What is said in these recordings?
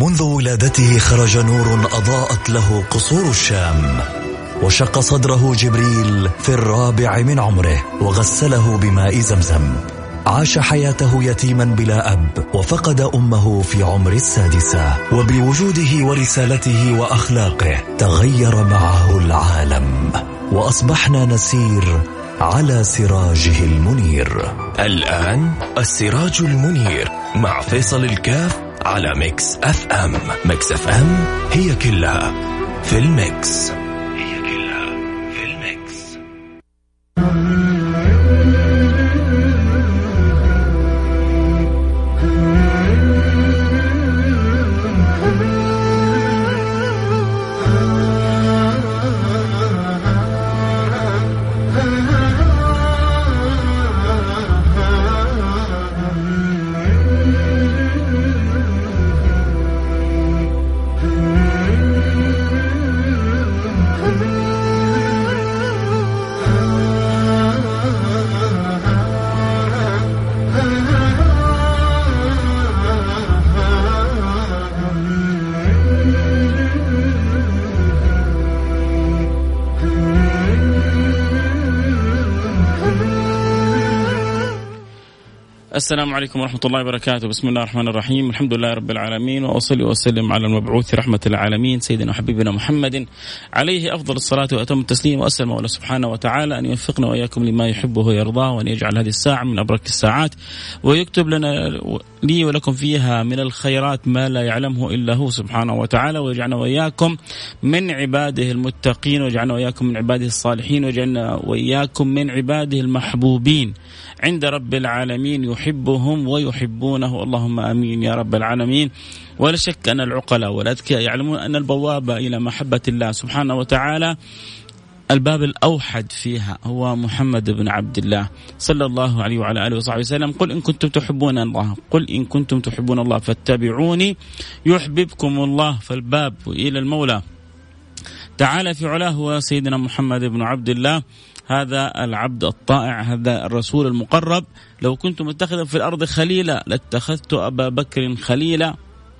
منذ ولادته خرج نور أضاءت له قصور الشام، وشق صدره جبريل في 4 من عمره وغسله بماء زمزم. عاش حياته يتيما بلا أب، وفقد أمه في عمر 6، وبوجوده ورسالته وأخلاقه تغير معه العالم، وأصبحنا نسير على سراجه المنير. الآن السراج المنير مع فيصل الكاف على ميكس اف ام. ميكس اف ام هي كلها في الميكس. السلام عليكم ورحمة الله وبركاته. بسم الله الرحمن الرحيم. الحمد لله رب العالمين، وأصلي وأسلم على المبعوث رحمة العالمين سيدنا وحبيبنا محمد عليه أفضل الصلاة وأتم التسليم. وأسأل الله سبحانه وتعالى أن يوفقنا وإياكم لما يحبه ويرضاه، وأن يجعل هذه الساعة من أبرك الساعات، ويكتب لنا لي ولكم فيها من الخيرات ما لا يعلمه إلا هو سبحانه وتعالى، ويجعلنا وإياكم من عباده المتقين، ويجعلنا وإياكم من عباده الصالحين، ويجعلنا وإياكم من عباده المحبوبين عند رب العالمين، يحبهم ويحبونه، اللهم آمين يا رب العالمين. ولا شك أن العقلاء والأذكياء يعلمون أن البوابة إلى محبة الله سبحانه وتعالى الباب الأوحد فيها هو محمد بن عبد الله صلى الله عليه وعلى آله وصحبه وسلم. قل إن كنتم تحبون الله، قل إن كنتم تحبون الله فاتبعوني يحببكم الله. فالباب إلى المولى تعالى في علاه هو سيدنا محمد بن عبد الله، هذا العبد الطائع، هذا الرسول المقرب. لو كنت متخذا في الأرض خليلا لاتخذت أبا بكر خليلا،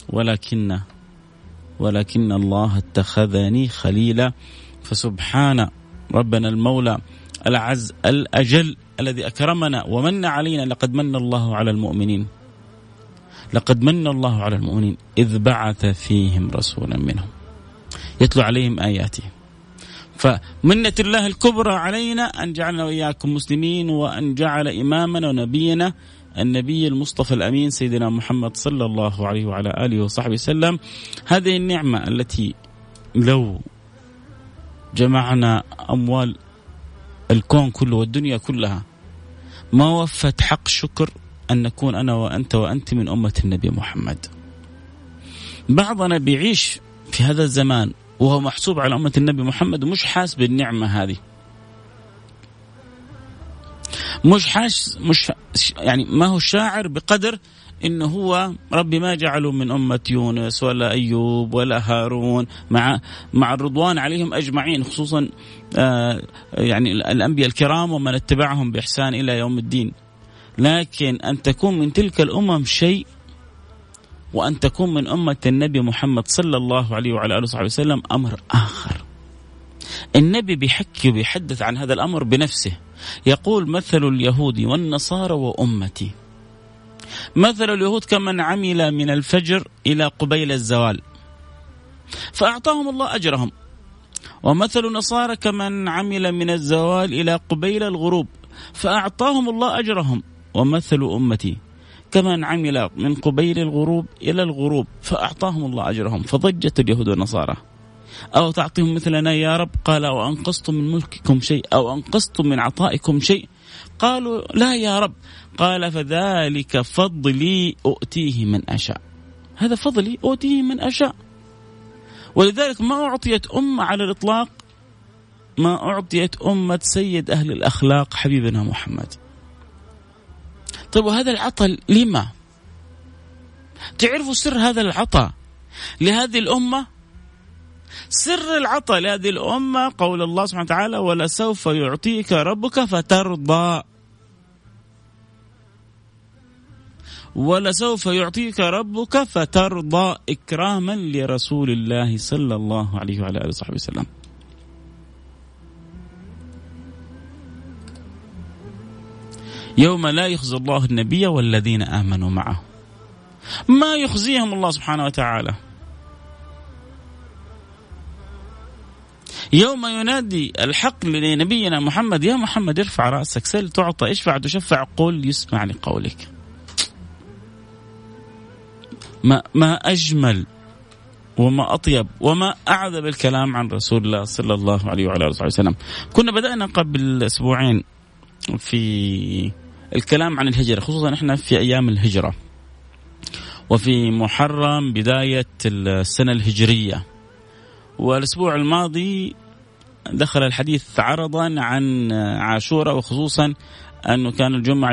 ولكن الله اتخذني خليلا. فسبحان ربنا المولى العز الأجل الذي أكرمنا ومن علينا. لقد من الله على المؤمنين، لقد من الله على المؤمنين إذ بعث فيهم رسولا منهم يتلو عليهم آياته. فمنة الله الكبرى علينا أن جعلنا وإياكم مسلمين، وأن جعل إمامنا ونبينا النبي المصطفى الأمين سيدنا محمد صلى الله عليه وعلى آله وصحبه وسلم. هذه النعمة التي لو جمعنا أموال الكون كله والدنيا كلها ما وفت حق شكر أن نكون أنا وأنت وأنت من أمة النبي محمد. بعضنا بيعيش في هذا الزمان وهو محسوب على أمة النبي محمد ومش حاس بالنعمة هذه، مش يعني ما هو شاعر بقدر إنه هو ربي ما جعله من أمة يونس ولا أيوب ولا هارون مع الرضوان عليهم أجمعين، خصوصا يعني الأنبياء الكرام ومن اتبعهم بإحسان إلى يوم الدين. لكن أن تكون من تلك الأمم شيء، وأن تكون من أمة النبي محمد صلى الله عليه وعلى آله وصحبه وسلم أمر آخر. النبي بيحكي وبيحدث عن هذا الأمر بنفسه، يقول مثل اليهود والنصارى وأمتي، مثل اليهود كمن عمل من الفجر إلى قبيل الزوال فأعطاهم الله أجرهم، ومثل النصارى كمن عمل من الزوال إلى قبيل الغروب فأعطاهم الله أجرهم، ومثل أمتي كمن عمل من قبيل الغروب إلى الغروب فأعطاهم الله أجرهم. فضجت اليهود والنصارى أو تعطيهم مثلنا يا رب؟ قال أو أنقصتم من ملككم شيء أو أنقصتم من عطائكم شيء؟ قالوا لا يا رب. قال فذلك فضلي أؤتيه من أشاء، هذا فضلي أؤتيه من أشاء. ولذلك ما أعطيت أمة على الإطلاق، ما أعطيت أمة سيد أهل الأخلاق حبيبنا محمد. طيب وهذا العطاء لما؟ تعرفوا سر هذا العطاء لهذه الأمة؟ سر العطاء لهذه الأمة قول الله سبحانه وتعالى ولسوف يعطيك ربك فترضى. ولسوف يعطيك ربك فترضى، إكراما لرسول الله صلى الله عليه وعلى آله وصحبه وسلم. يوم لا يخزي الله النبي والذين آمنوا معه، ما يخزيهم الله سبحانه وتعالى. يوم ينادي الحق لنبينا محمد: يا محمد ارفع رأسك، سل تعطى، اشفع تشفع، قل يسمع لقولك. ما أجمل وما أطيب وما أعذب الكلام عن رسول الله صلى الله عليه وعلى آله وسلم. كنا بدأنا قبل أسبوعين في الكلام عن الهجرة، خصوصا إحنا في أيام الهجرة وفي محرم بداية السنة الهجرية. والأسبوع الماضي دخل الحديث عرضا عن عاشوراء، وخصوصا أنه كان الجمعة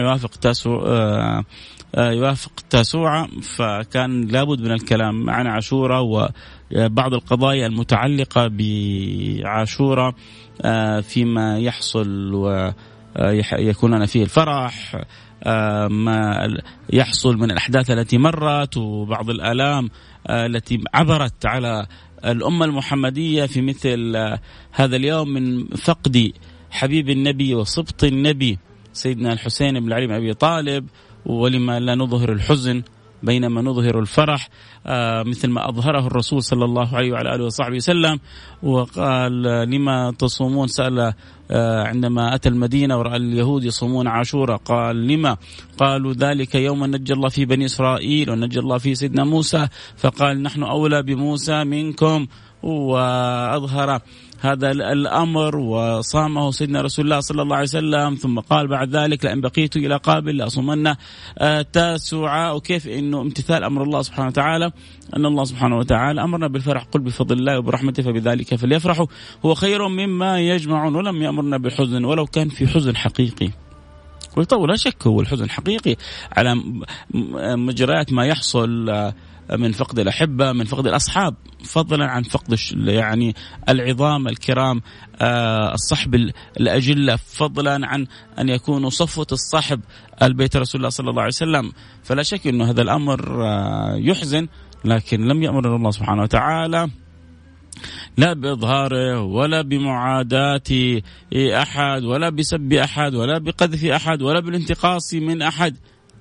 يوافق تاسوعة، فكان لابد من الكلام عن عاشوراء وبعض القضايا المتعلقة بعاشوراء فيما يحصل ويكون فيه الفرح، ما يحصل من الأحداث التي مرت وبعض الآلام التي عبرت على الأمة المحمدية في مثل هذا اليوم من فقد حبيب النبي وصبط النبي سيدنا الحسين بن علي بن أبي طالب. ولما لا نظهر الحزن بينما نظهر الفرح، مثل ما أظهره الرسول صلى الله عليه وعلى آله وصحبه وسلم. وقال: لما تصومون؟ سأل عندما أتى المدينة ورأى اليهود يصومون عاشوراء، قال: لما؟ قالوا: ذلك يوم نجى الله فيه بني إسرائيل ونجى الله فيه سيدنا موسى، فقال: نحن أولى بموسى منكم. وأظهر هذا الأمر وصامه سيدنا رسول الله صلى الله عليه وسلم. ثم قال بعد ذلك: لأن بقيت إلى قابل لأصومن تاسوعاء. وكيف إنه امتثال أمر الله سبحانه وتعالى، أن الله سبحانه وتعالى أمرنا بالفرح: قل بفضل الله وبرحمته فبذلك فليفرحوا هو خير مما يجمعون. ولم يأمرنا بالحزن ولو كان في حزن حقيقي. وطبعا لا شك هو الحزن حقيقي على مجريات ما يحصل من فقد الأحبة، من فقد الأصحاب، فضلا عن فقد يعني العظام الكرام، الصحب الأجلة، فضلا عن أن يكونوا صفوة الصحب البيت رسول الله صلى الله عليه وسلم. فلا شك أنه هذا الأمر يحزن، لكن لم يأمر الله سبحانه وتعالى لا بإظهاره ولا بمعاداة أحد ولا بسب أحد ولا بقذف أحد ولا بالانتقاص من أحد،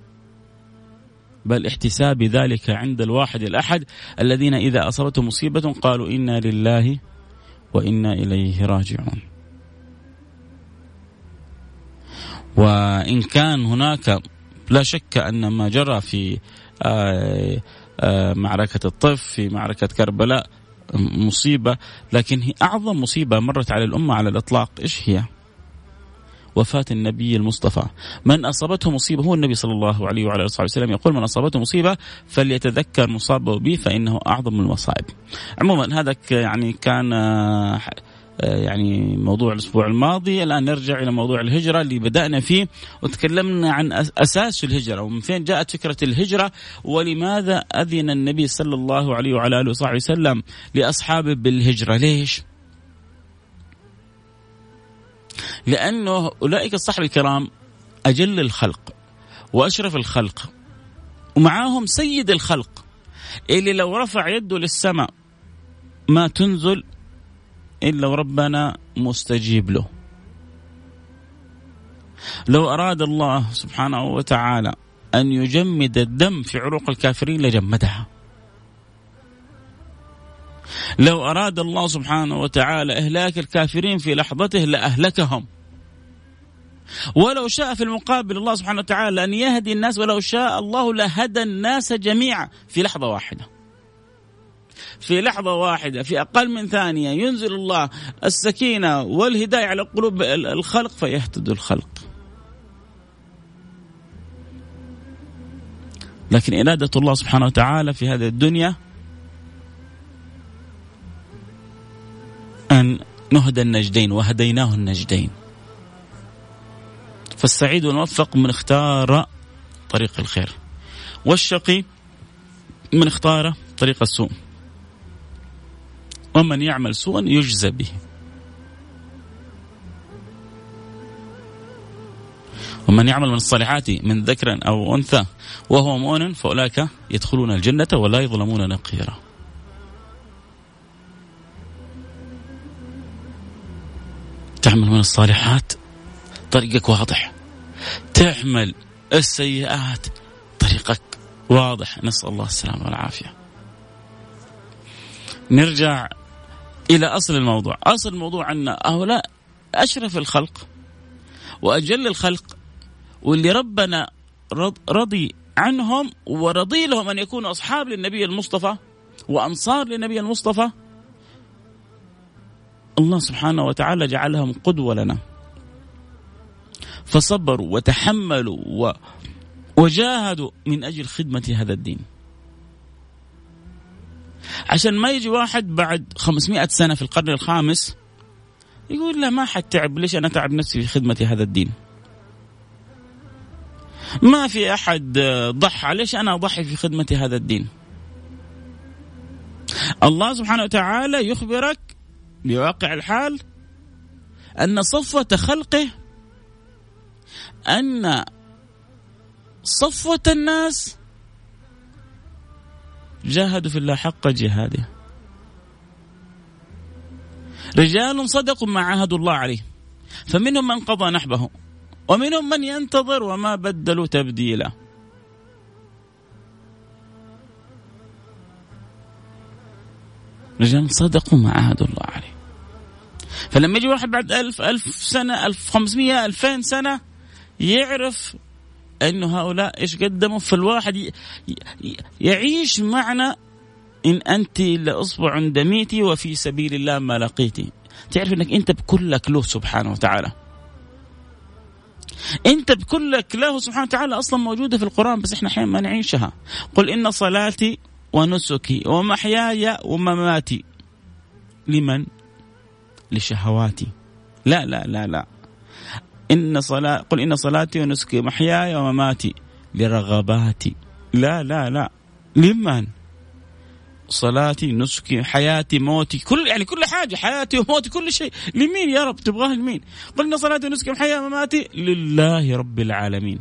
بل احتساب ذلك عند الواحد الأحد الذين إذا أصابتهم مصيبة قالوا: إنا لله وإنا إليه راجعون. وإن كان هناك لا شك أن ما جرى في معركة الطف، في معركة كربلاء، مصيبة، لكن هي أعظم مصيبة مرت على الأمة على الإطلاق. إيش هي؟ وفاة النبي المصطفى. من أصابته مصيبة، هو النبي صلى الله عليه وعلى آله وسلم يقول: من أصابته مصيبة فليتذكر مصابه بي فإنه أعظم المصائب. عموما هذا يعني كان يعني موضوع الأسبوع الماضي. الآن نرجع إلى موضوع الهجرة اللي بدأنا فيه، وتكلمنا عن أساس الهجرة ومن فين جاءت فكرة الهجرة، ولماذا أذن النبي صلى الله عليه وعلى آله وصحبه وسلم لأصحابه بالهجرة. ليش؟ لأنه أولئك الصحابة الكرام أجل الخلق وأشرف الخلق، ومعاهم سيد الخلق اللي لو رفع يده للسماء ما تنزل إلا وربنا مستجيب له. لو أراد الله سبحانه وتعالى أن يجمد الدم في عروق الكافرين لجمدها. لو أراد الله سبحانه وتعالى إهلاك الكافرين في لحظته لأهلكهم. ولو شاء في المقابل الله سبحانه وتعالى أن يهدي الناس، ولو شاء الله لهدى الناس جميعا في لحظة واحدة. في لحظة واحدة، في أقل من ثانية، ينزل الله السكينة والهداية على قلوب الخلق فيهتد الخلق. لكن إرادة الله سبحانه وتعالى في هذه الدنيا أن نهدى النجدين، وهديناه النجدين. فالسعيد والموفق من اختار طريق الخير، والشقي من اختار طريق السوء، ومن يعمل سوءا يجزى به. ومن يعمل من الصالحات من ذكر أو أنثى وهو مؤمن فأولئك يدخلون الجنة ولا يظلمون نقيرا. تعمل من الصالحات طريقك واضح، تعمل السيئات طريقك واضح. نسأل الله السلامة والعافية. نرجع إلى أصل الموضوع. أصل الموضوع أن هؤلاء أشرف الخلق وأجل الخلق، واللي ربنا رضي عنهم ورضي لهم أن يكونوا أصحاب للنبي المصطفى وأنصار للنبي المصطفى، الله سبحانه وتعالى جعلهم قدوة لنا، فصبروا وتحملوا وجاهدوا من أجل خدمة هذا الدين، عشان ما يجي واحد بعد 500 سنة في القرن الخامس يقول لا ما حد تعب، ليش أنا تعب نفسي في خدمة هذا الدين؟ ما في أحد ضحى، ليش أنا أضحي في خدمة هذا الدين؟ الله سبحانه وتعالى يخبرك بواقع الحال أن صفوة خلقه، أن صفوة الناس جاهدوا في الله حق جهاده، رجال صدقوا ما عاهدوا الله عليه، فمنهم من قضى نحبه ومنهم من ينتظر وما بدلوا تبديلا. رجال صدقوا ما عاهدوا الله عليه. فلما يجي واحد بعد 1000 سنة 1500 2000 سنة يعرف أنه هؤلاء إيش قدموا، فالواحد يعيش معنى إن أنت لأصبع دميتي وفي سبيل الله ما لقيتي. تعرف أنك أنت بكلك له سبحانه وتعالى، أنت بكلك له سبحانه وتعالى أصلا موجودة في القرآن، بس إحنا حين ما نعيشها. قل إن صلاتي ونسكي ومحياي ومماتي لمن؟ لشهواتي. لا لا لا لا، قل إن صلاتي ونسكي ومحياي ومماتي لرغباتي. لا لا لا، لمن؟ صلاتي نسكي حياتي موتي، كل حاجة، حياتي وموتي كل شيء لمين يا رب؟ تبغاه لمين؟ قل إن صلاتي ونسكي ومحياي ومماتي لله رب العالمين.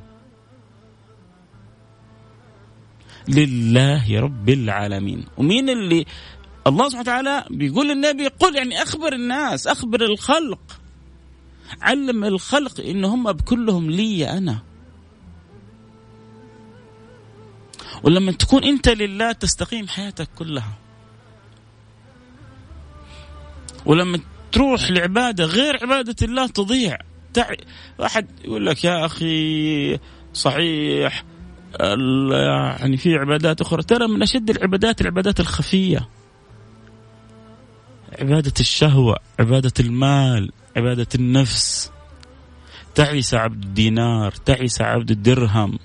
لله رب العالمين. ومين اللي الله سبحانه وتعالى بيقول للنبي قل، يعني أخبر الناس، أخبر الخلق، علم الخلق إن هم بكلهم لي أنا. ولما تكون أنت لله تستقيم حياتك كلها. ولما تروح لعبادة غير عبادة الله تضيع. واحد يقول لك يا أخي صحيح يعني في عبادات أخرى، ترى من أشد العبادات الخفية، عبادة الشهوة، عبادة المال، عبادة النفس. تعيس عبد الدينار، تعيس عبد الدرهم.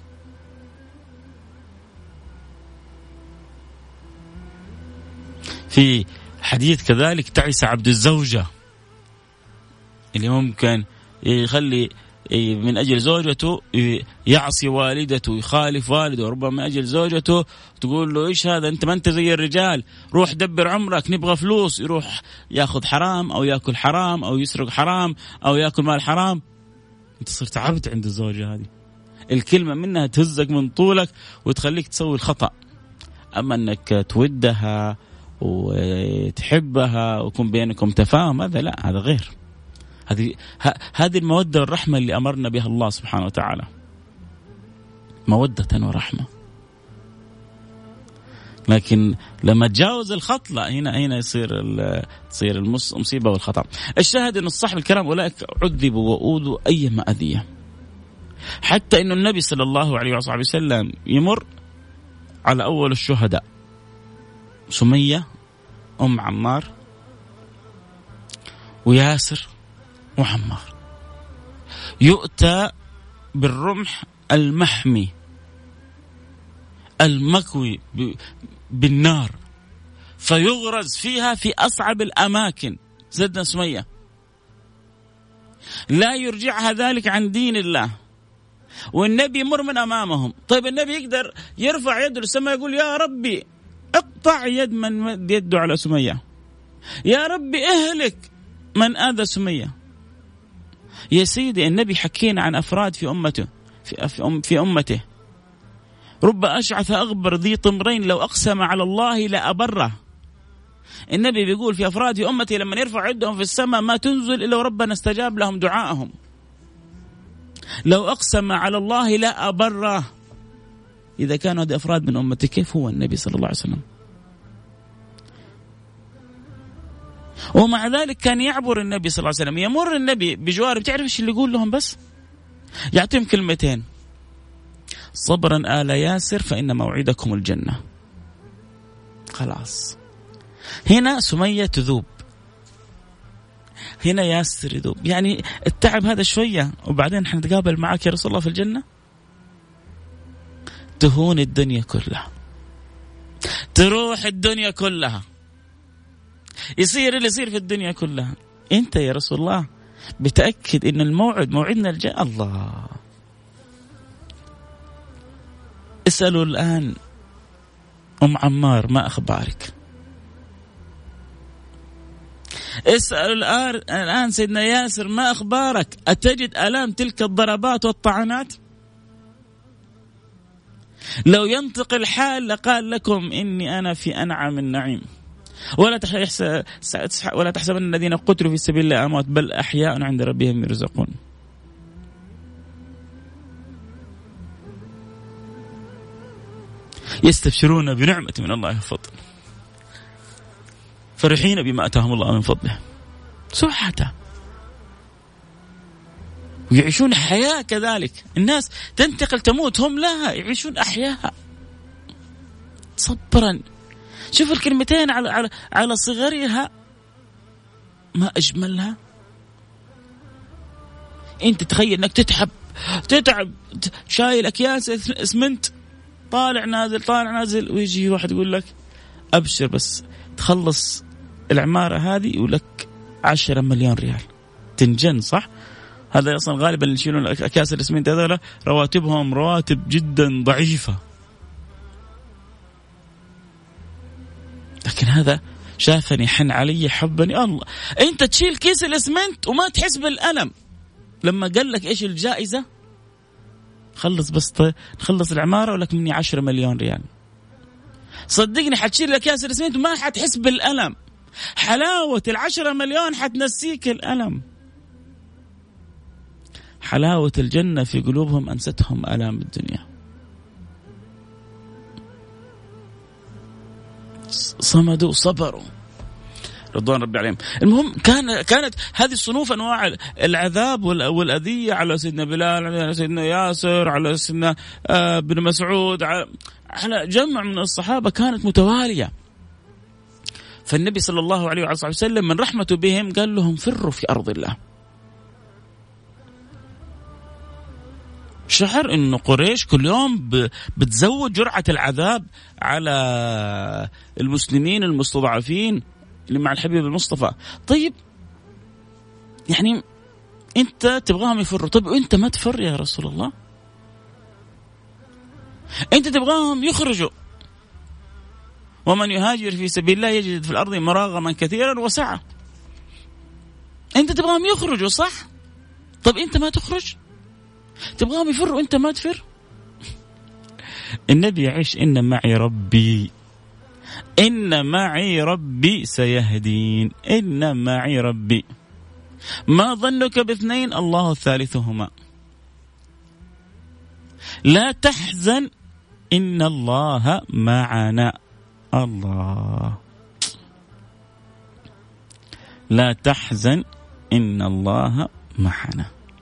في حديث كذلك تعيس عبد الزوجة، اللي ممكن يخلي من أجل زوجته يعصي والدته، يخالف والده، وربما من أجل زوجته تقول له إيش هذا، أنت ما أنت زي الرجال، روح دبر عمرك، نبغى فلوس، يروح يأخذ حرام أو يأكل حرام أو يسرق حرام أو يأكل مال حرام. أنت صرت عبد عند الزوجة هذه، الكلمة منها تهزك من طولك وتخليك تسوي الخطأ. أما أنك تودها وتحبها ويكون بينكم تفاهم، هذا لا، هذا غير. هذه المودة والرحمة اللي أمرنا بها الله سبحانه وتعالى، مودة ورحمة. لكن لما تجاوز الخط لا، هنا تصير المصيبة والخطأ. الشاهد أن الصحابة الكرام أولئك عذبوا وأوذوا أيما أذية، حتى أن النبي صلى الله عليه وسلم يمر على أول الشهداء سمية أم عمار وياسر وعمار، يؤتى بالرمح المحمي المكوي بالنار فيغرز فيها في أصعب الأماكن. سيدنا سمية لا يرجعها ذلك عن دين الله، والنبي يمر من أمامهم. طيب النبي يقدر يرفع يده للسماء يقول يا ربي اقطع يد من مد يده على سمية، يا ربي اهلك من آذى سمية. يا سيدي النبي حكينا عن أفراد في أمته في أمته رب أشعث أغبر ذي طمرين لو أقسم على الله لأبره. النبي بيقول في أفراد في أمتي لما يرفع يدهم في السماء ما تنزل إلا وربنا استجاب لهم دعاءهم. لو أقسم على الله لأبره. إذا كانوا هذه أفراد من أمتي كيف هو النبي صلى الله عليه وسلم؟ ومع ذلك كان يعبر النبي صلى الله عليه وسلم، يمر النبي بجوار، بتعرف ايش اللي يقول لهم؟ بس يعطيهم كلمتين: صبرا آل ياسر فإن موعدكم الجنة. خلاص، هنا سمية تذوب، هنا ياسر يذوب، يعني التعب هذا شوية وبعدين حنتقابل معك يا رسول الله في الجنة. تهون الدنيا كلها، تروح الدنيا كلها، يصير اللي يصير في الدنيا كلها. انت يا رسول الله بتأكد ان الموعد موعدنا الجنة. الله، اسألوا الآن عمار ما أخبارك، اسألوا الآن سيدنا ياسر ما أخبارك، أتجد آلام تلك الضربات والطعنات؟ لو ينطق الحال لقال لكم إني أنا في أنعم النعيم. ولا تحسبن الذين قتلوا في سبيل الله أموات بل أحياء عند ربهم يرزقون. يستبشرون بنعمة من الله وفضل فرحين بما أتاهم الله من فضله سبحانه، ويعيشون حياة كذلك. الناس تنتقل تموت، هم لا يعيشون أحياء صبرا. شوف الكلمتين على صغرها ما أجملها. أنت تخيل أنك تتعب شايل أكياس إسمنت طالع نازل ويجي واحد يقول لك أبشر بس تخلص العمارة هذه يقول لك 10 مليون ريال. تنجن صح؟ هذا أصلا غالبا اللي يشيلون أكياس الإسمنت هذول رواتبهم رواتب جدا ضعيفة، لكن هذا شافني حن علي حبني الله. أنت تشيل كيس الإسمنت وما تحس بالألم. لما قال لك إيش الجائزة؟ خلص بس نخلص العمارة ولك مني 10 مليون ريال. صدقني حتشيل لك كيس الإسمنت وما حتحس بالألم. حلاوة 10 مليون حتنسيك الألم. حلاوة الجنة في قلوبهم أنستهم آلام الدنيا. صمدوا صبروا رضوان ربي عليهم. المهم كانت هذه الصنوف أنواع العذاب والأذية على سيدنا بلال، على سيدنا ياسر، على سيدنا بن مسعود، على جمع من الصحابة كانت متوالية. فالنبي صلى الله عليه وسلم من رحمته بهم قال لهم فروا في أرض الله. شعر إنه قريش كل يوم بتزود جرعة العذاب على المسلمين المستضعفين اللي مع الحبيب المصطفى. طيب يعني أنت تبغاهم يفروا، طيب وأنت ما تفر يا رسول الله؟ أنت تبغاهم يخرجوا، ومن يهاجر في سبيل الله يجد في الأرض مراغما كثيرا وسعة. أنت تبغاهم يخرجوا صح؟ طب أنت ما تخرج؟ تبغاهم يفروا أنت ما تفر؟ النبي يعيش إن معي ربي، إن معي ربي سيهدين، إن معي ربي. ما ظنك باثنين الله ثالثهما، لا تحزن إن الله معنا. الله، لا تحزن إن الله معنا.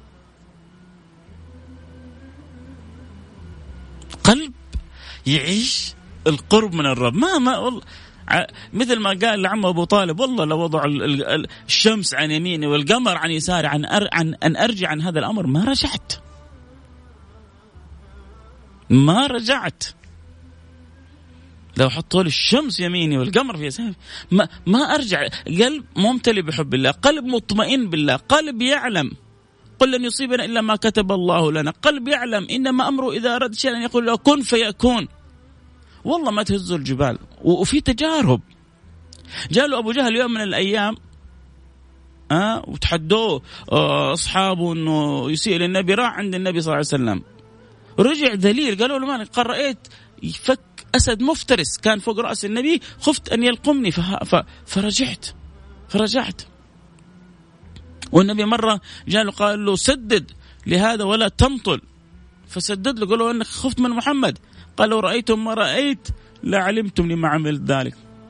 قلب يعيش القرب من الرب. ما والله مثل ما قال لعم أبو طالب والله لو وضع الشمس عن يميني والقمر عن يساري عن أن أرجع عن هذا الأمر ما رجعت. لو حطوا لي الشمس يميني والقمر في يساري ما أرجع. قلب ممتلئ بحب الله، قلب مطمئن بالله، قلب يعلم قل لن يصيبنا إلا ما كتب الله لنا، قلب يعلم إنما أمره إذا أراد شيئا يقول له كن فيكون. والله ما تهزوا الجبال. وفي تجارب. جاء له أبو جهل يوم من الأيام وتحدوه أصحابه أنه يسيء للنبي، راح عند النبي صلى الله عليه وسلم رجع ذليل. قالوا له مالك؟ قال رأيت فك أسد مفترس كان فوق رأس النبي، خفت أن يلقمني فرجعت. والنبي مرة جاء له قال له سدد لهذا ولا تمطل، فسدد له. قالوا أنك خفت من محمد؟ قال لو رأيتم ما رأيت لعلمتم لما عملت ذلك.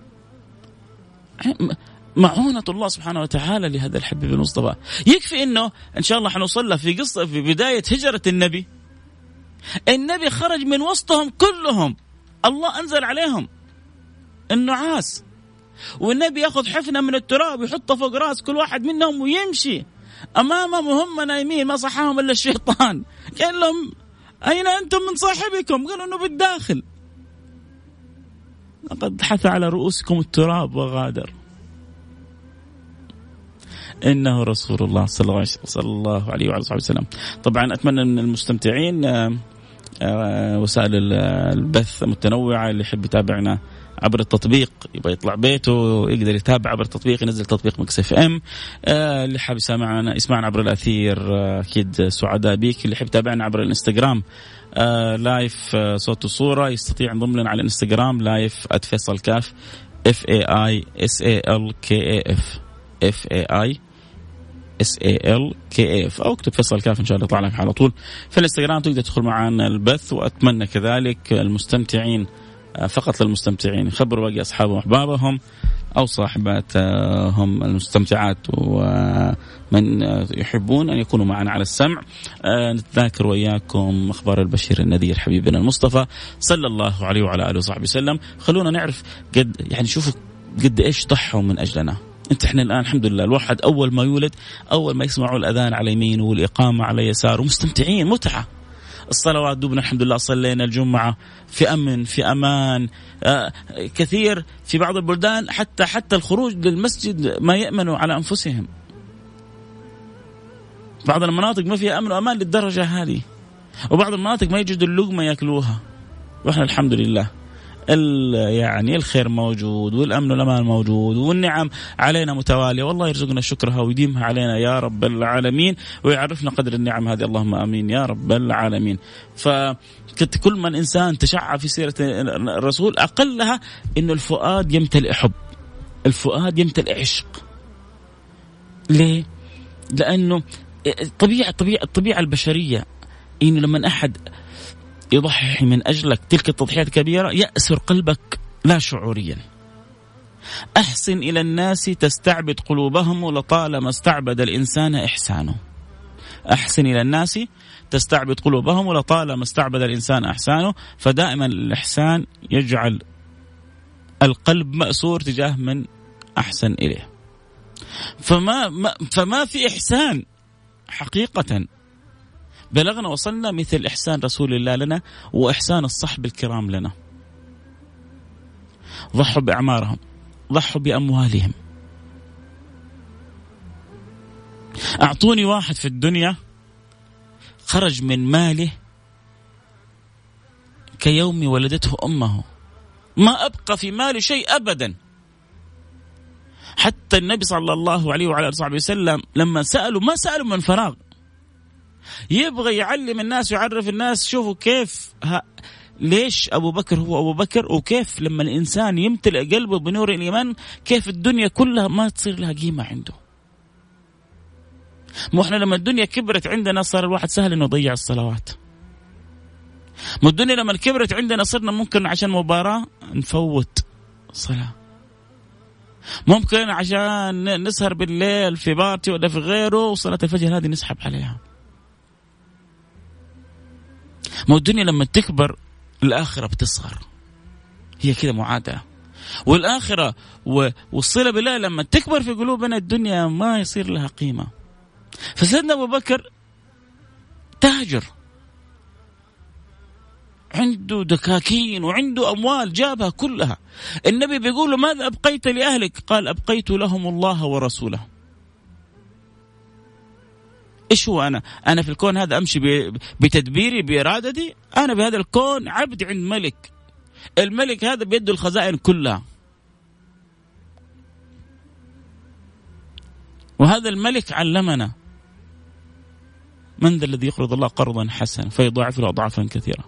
معونة الله سبحانه وتعالى لهذا الحبيب المصطفى. يكفي أنه إن شاء الله حنوصل له في قصة في بداية هجرة النبي خرج من وسطهم كلهم، الله أنزل عليهم النعاس، والنبي يأخذ حفنة من التراب يحطه فوق رأس كل واحد منهم ويمشي أمامهم وهم نايمين، ما صحاهم إلا الشيطان. قال لهم أين أنتم من صاحبكم؟ قالوا أنه بالداخل. لقد حث على رؤوسكم التراب وغادر. إنه رسول الله صلى الله عليه وعلى صحبه وسلم. طبعا أتمنى من المستمتعين وسائل البث متنوعة، اللي يحب يتابعنا عبر التطبيق يبقى يطلع بيته يقدر يتابع عبر التطبيق، ينزل تطبيق مكس اف ام. اللي حاب يسمعنا عبر الأثير أكيد سعداء بيك. اللي يحب يتابعنا عبر الانستغرام لايف صوت وصورة يستطيع ينضم لنا على الانستغرام لايف @فيصل كاف FAISALKAF أو اكتب فيصل كاف إن شاء الله يطلع لك على طول في الانستغرام، تقدر تدخل معنا البث. وأتمنى كذلك المستمتعين، فقط للمستمتعين، يخبروا باقي أصحابهم وأحبابهم أو صاحباتهم المستمتعات ومن يحبون أن يكونوا معنا على السمع. نتذاكر وإياكم أخبار البشير النذير حبيبنا المصطفى صلى الله عليه وعلى آله وصحبه وسلم. خلونا نعرف قد يعني شوفوا قد إيش ضحوا من أجلنا. احنا الآن الحمد لله الواحد أول ما يولد أول ما يسمعوا الأذان على يمينه والإقامة على يساره مستمتعين متعة. الصلوات دوبنا الحمد لله صلينا الجمعة في أمن في أمان. كثير في بعض البلدان حتى الخروج للمسجد ما يأمنوا على أنفسهم. بعض المناطق ما فيها أمن وأمان للدرجة هذه، وبعض المناطق ما يجدوا اللقمة يأكلوها. وإحنا الحمد لله يعني الخير موجود والأمن والأمان موجود والنعم علينا متوالية، والله يرزقنا شكرها ويديمها علينا يا رب العالمين ويعرفنا قدر النعم هذه، اللهم آمين يا رب العالمين. فكل ما الإنسان تشعى في سيرة الرسول أقلها إنه الفؤاد يمتلئ حب، الفؤاد يمتلئ عشق. ليه؟ لأنه الطبيعة البشرية إنه لما أحد يضحي من أجلك تلك التضحيات الكبيرة يأسر قلبك لا شعوريا. أحسن إلى الناس تستعبد قلوبهم ولطالما استعبد الإنسان إحسانه. أحسن إلى الناس تستعبد قلوبهم ولطالما استعبد الإنسان إحسانه. فدائما الإحسان يجعل القلب مأسور تجاه من أحسن إليه. فما في إحسان حقيقة بلغنا وصلنا مثل إحسان رسول الله لنا وإحسان الصحب الكرام لنا. ضحوا بأعمارهم، ضحوا بأموالهم. أعطوني واحد في الدنيا خرج من ماله كيوم ولدته أمه، ما أبقى في ماله شيء أبدا. حتى النبي صلى الله عليه وعلى آله وسلم لما سألوا ما سألوا من فراغ، يبغى يعلم الناس ويعرف الناس. شوفوا كيف ليش أبو بكر هو أبو بكر، وكيف لما الإنسان يمتلئ قلبه بنور الإيمان كيف الدنيا كلها ما تصير لها قيمة عنده. مو إحنا لما الدنيا كبرت عندنا صار الواحد سهل إنه يضيع الصلوات. مو الدنيا لما كبرت عندنا صرنا ممكن عشان مباراة نفوت صلاة، ممكن عشان نسهر بالليل في بارتي ولا في غيره وصلاة الفجر هذه نسحب عليها. ما الدنيا لما تكبر الآخرة بتصغر، هي كده معادلة. والآخرة والصلة بالله لما تكبر في قلوبنا الدنيا ما يصير لها قيمة. فسيدنا أبو بكر تاجر عنده دكاكين وعنده أموال جابها كلها. النبي بيقول له ماذا أبقيت لأهلك؟ قال أبقيت لهم الله ورسوله. إيش هو أنا في الكون هذا أمشي بتدبيري بإرادتي؟ أنا بهذا الكون عبد عند ملك، الملك هذا بيده الخزائن كلها. وهذا الملك علمنا: من ذا الذي يقرض الله قرضا حسنا فيضاعف له أضعافا كثيرة.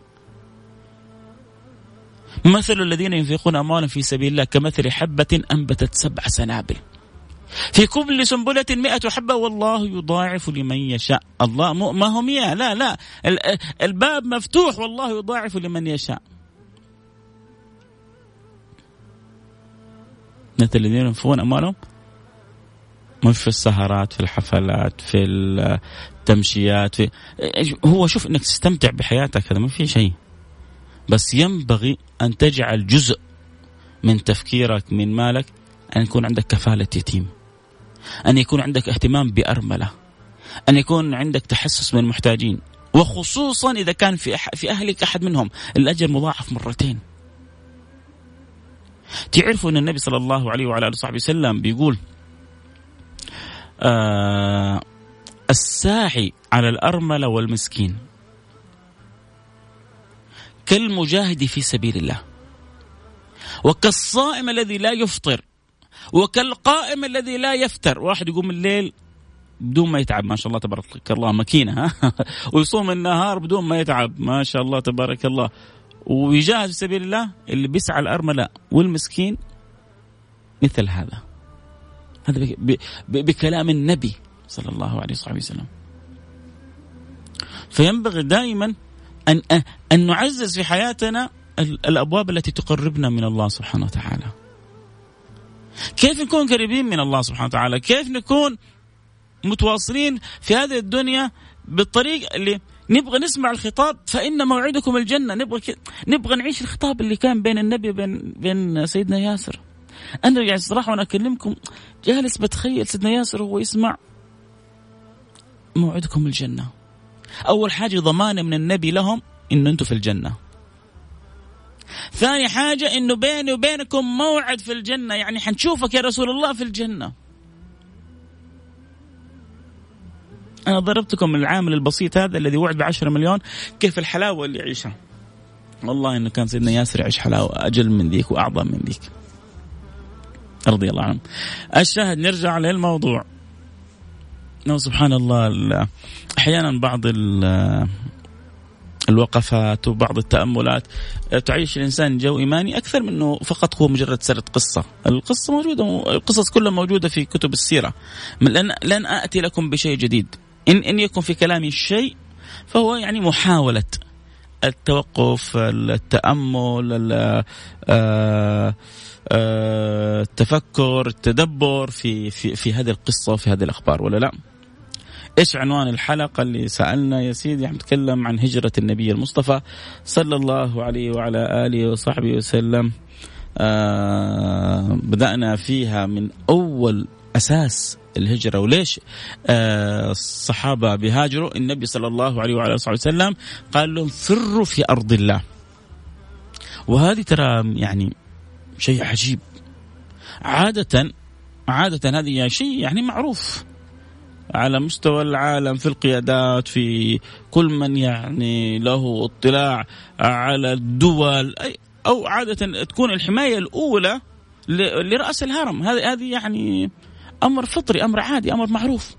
مثل الذين ينفقون أموالا في سبيل الله كمثل حبة أنبتت 7 سنابل في كل سنبلة 100 حبة والله يضاعف لمن يشاء. الله ما هو 100، لا الباب مفتوح، والله يضاعف لمن يشاء. مثل الذين ينفقون أموالهم مش في السهرات، في الحفلات، في التمشيات، هو شوف إنك تستمتع بحياتك، هذا ما في شيء، بس ينبغي أن تجعل جزء من تفكيرك من مالك أن يكون عندك كفالة يتيم، أن يكون عندك اهتمام بأرملة، أن يكون عندك تحسس من المحتاجين، وخصوصا إذا كان في أهلك أحد منهم الأجر مضاعف 2. تعرفوا أن النبي صلى الله عليه وعلى آله وصحبه وسلم بيقول الساعي على الأرملة والمسكين كالمجاهد في سبيل الله، وكالصائم الذي لا يفطر، وكالقائم الذي لا يفتر. واحد يقوم الليل بدون ما يتعب، ما شاء الله تبارك الله، مكينة ويصوم النهار بدون ما يتعب، ما شاء الله تبارك الله، ويجاهد في سبيل الله. اللي بيسعى الأرملة والمسكين مثل هذا بكلام النبي صلى الله عليه وسلم. فينبغي دائما أن نعزز في حياتنا الأبواب التي تقربنا من الله سبحانه وتعالى. كيف نكون قريبين من الله سبحانه وتعالى؟ كيف نكون متواصلين في هذه الدنيا بالطريقة اللي نبغى نسمع الخطاب فإن موعدكم الجنة. نبغى نعيش الخطاب اللي كان بين النبي بين سيدنا ياسر. أنا يعني صراحة وأنا أكلمكم جالس بتخيل سيدنا ياسر هو يسمع موعدكم الجنة. أول حاجة ضمانة من النبي لهم إنه أنتم في الجنة. ثاني حاجة إنه بيني وبينكم موعد في الجنة، يعني حنشوفك يا رسول الله في الجنة. أنا ضربتكم العامل البسيط هذا الذي وعد ب10 مليون، كيف الحلاوة اللي يعيشها. والله إنه كان سيدنا ياسر يعيش حلاوة أجل من ذيك وأعظم من ذيك رضي الله عنه. الشاهد نرجع للموضوع. سبحان الله، أحيانا بعض الوقفات وبعض التأملات تعيش الإنسان جو إيماني أكثر منه فقط هو مجرد سرد قصة. القصة موجودة، القصص كلها موجودة في كتب السيرة. لن أأتي لكم بشيء جديد. إن يكن في كلامي شيء فهو يعني محاولة التوقف، التأمل، التفكر، التدبر في هذه القصة وفي هذه الأخبار، ولا لا؟ إيش عنوان الحلقة اللي سألنا يا سيدي؟ نتكلم عن هجرة النبي المصطفى صلى الله عليه وعلى آله وصحبه وسلم. بدأنا فيها من أول أساس الهجرة، وليش الصحابة بيهاجروا. النبي صلى الله عليه وعلى آله وسلم قال لهم فروا في أرض الله. وهذه ترى يعني شيء عجيب. عادة هذه شيء يعني معروف على مستوى العالم، في القيادات، في كل من يعني له اطلاع على الدول، أو عادة تكون الحماية الأولى لرأس الهرم. هذه يعني أمر فطري، أمر عادي، أمر معروف.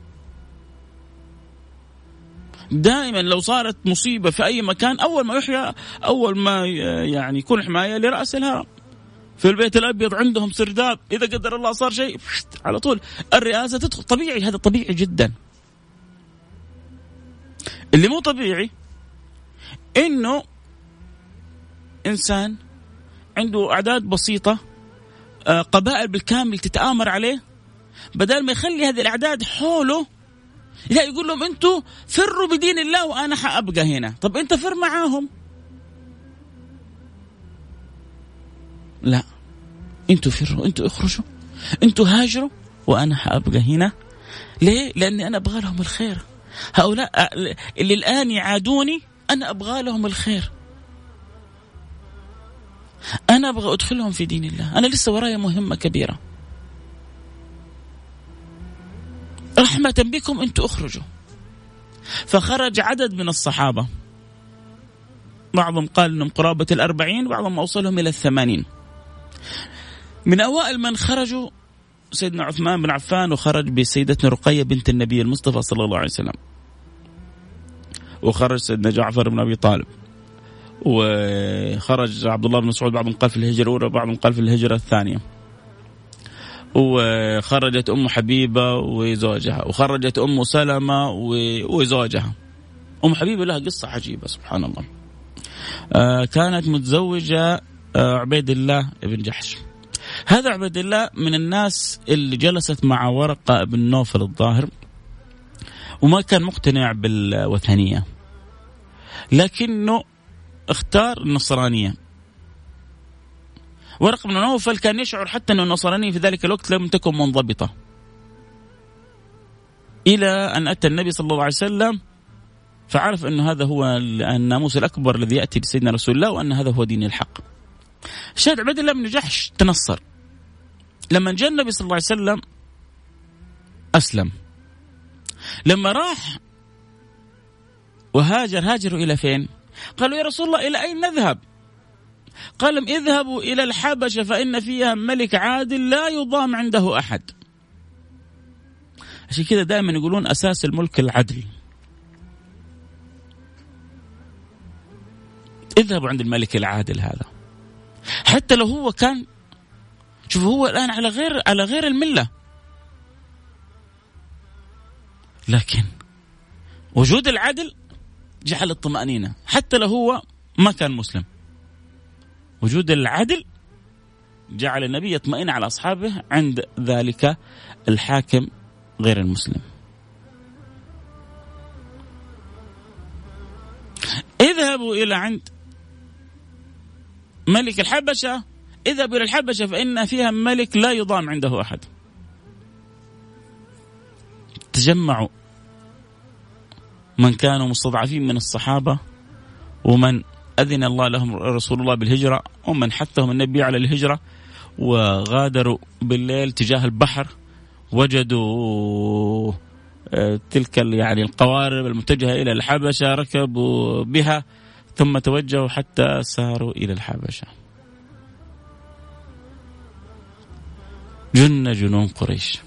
دائما لو صارت مصيبة في أي مكان أول ما يعني يكون حماية لرأس الهرم. في البيت الأبيض عندهم سرداب، إذا قدر الله صار شيء على طول الرئاسة تدخل. طبيعي، هذا طبيعي جدا. اللي مو طبيعي إنه إنسان عنده أعداد بسيطة، قبائل بالكامل تتآمر عليه، بدل ما يخلي هذه الأعداد حوله لا يقول لهم أنتوا فروا بدين الله وأنا حأبقى هنا. طب أنت فر معاهم؟ لا، أنتوا فروا، أنتوا اخرجوا، أنتوا هاجروا وأنا حأبقى هنا. ليه؟ لأني أنا أبغى لهم الخير. هؤلاء اللي الآن يعادوني أنا أبغى لهم الخير، أنا أبغى أدخلهم في دين الله. أنا لسه ورايا مهمة كبيرة، رحمة بكم أنتوا اخرجوا. فخرج عدد من الصحابة، بعضهم قال أنهم قرابة 40، بعضهم أوصلهم إلى 80. من أوائل من خرجوا سيدنا عثمان بن عفان وخرج بسيدتنا رقية بنت النبي المصطفى صلى الله عليه وسلم، وخرج سيدنا جعفر بن أبي طالب، وخرج عبد الله بن مسعود، بعضهم قال في الهجرة الأولى وبعضهم قال في الهجرة الثانية، وخرجت أم حبيبة وزوجها، وخرجت أم سلمة وزوجها. أم حبيبة لها قصة عجيبة سبحان الله. كانت متزوجة عبيد الله بن جحش. هذا عبيد الله من الناس اللي جلست مع ورقة بن نوفل الظاهر، وما كان مقتنع بالوثنية، لكنه اختار النصرانية. ورقة بن نوفل كان يشعر حتى أن النصرانية في ذلك الوقت لم تكن منضبطة، إلى أن أتى النبي صلى الله عليه وسلم فعرف أن هذا هو الناموس الأكبر الذي يأتي لسيدنا رسول الله، وأن هذا هو دين الحق. شاهد عبد الله بن جحش تنصر. لما جاء النبي صلى الله عليه وسلم أسلم. لما راح هاجروا إلى فين؟ قالوا يا رسول الله إلى أين نذهب؟ قال لهم اذهبوا إلى الحبشة فإن فيها ملك عادل لا يضام عنده أحد. عشان كذا دائما يقولون أساس الملك العدل. اذهبوا عند الملك العادل هذا، حتى لو هو كان، شوف هو الآن على غير الملة، لكن وجود العدل جعل الطمأنينة حتى لو هو ما كان مسلم. وجود العدل جعل النبي يطمئن على أصحابه عند ذلك الحاكم غير المسلم. اذهبوا إلى عند ملك الحبشة، اذهبوا إلى الحبشة فإن فيها ملك لا يضام عنده أحد. تجمعوا من كانوا مستضعفين من الصحابة، ومن أذن الله لهم رسول الله بالهجرة، ومن حثهم النبي على الهجرة، وغادروا بالليل تجاه البحر، وجدوا تلك يعني القوارب المتجهة إلى الحبشة، ركبوا بها ثم توجهوا حتى ساروا إلى الحبشة. جنون قريش.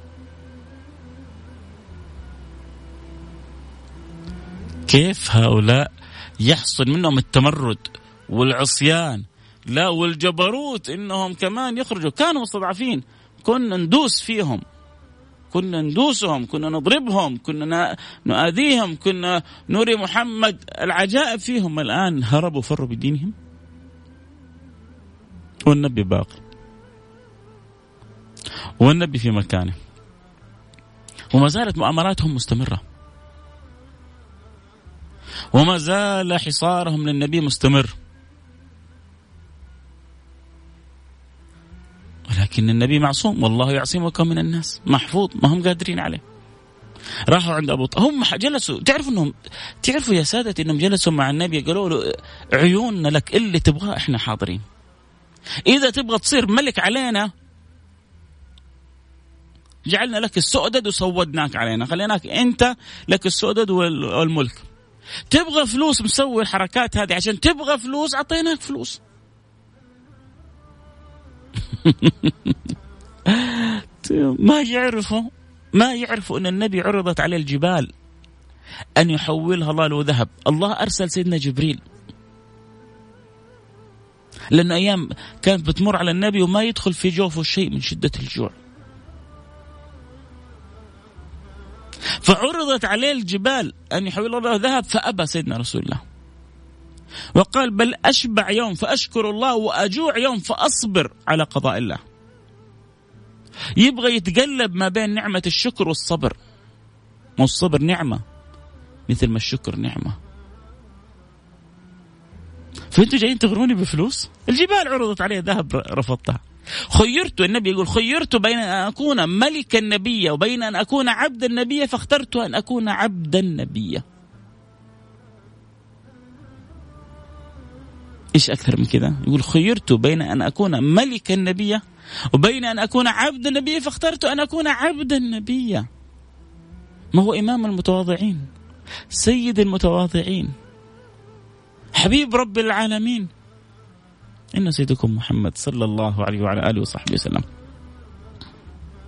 كيف هؤلاء يحصل منهم التمرد والعصيان، لا والجبروت، إنهم كمان يخرجوا. كانوا مستضعفين، كنا ندوس فيهم، كنا ندوسهم، كنا نضربهم، كنا نؤذيهم، كنا نوري محمد العجائب فيهم. الآن هربوا فروا بدينهم، والنبي باقي، والنبي في مكانه، وما زالت مؤامراتهم مستمرة، وما زال حصارهم للنبي مستمر. ولكن النبي معصوم، والله يعصمك من الناس، محفوظ، ما هم قادرين عليه. راحوا عند أبو طالب، هم جلسوا، تعرفوا يا سادة إنهم جلسوا مع النبي قالوا له عيوننا لك، اللي تبغاه إحنا حاضرين، إذا تبغى تصير ملك علينا جعلنا لك السؤدد وسودناك علينا، خليناك أنت لك السؤدد والملك. تبغى فلوس، مسوي الحركات هذه عشان تبغى فلوس، أعطيناك فلوس. ما يعرفوا أن النبي عرضت عليه الجبال أن يحولها الله له ذهب. الله أرسل سيدنا جبريل، لأن أيام كانت بتمر على النبي وما يدخل في جوفه شيء من شدة الجوع، فعرضت عليه الجبال أن يحول الله ذهب، فأبى سيدنا رسول الله وقال بل أشبع يوم فأشكر الله، وأجوع يوم فأصبر على قضاء الله. يبغى يتقلب ما بين نعمة الشكر والصبر، والصبر نعمة مثل ما الشكر نعمة. فأنتوا جايين تغروني بفلوس؟ الجبال عرضت عليه ذهب رفضتها. خيرت، النبي يقول خيرت بين أن أكون ملك النبي وبين أن أكون عبد النبي، فاخترت أن أكون عبد النبي. إيش أكثر من كذا؟ يقول خيرت بين أن أكون ملك النبي وبين أن أكون عبد النبي، فاخترت أن أكون عبد النبي. ما هو إمام المتواضعين، سيد المتواضعين، حبيب رب العالمين، إن سيدكم محمد صلى الله عليه وعلى آله وصحبه وسلم.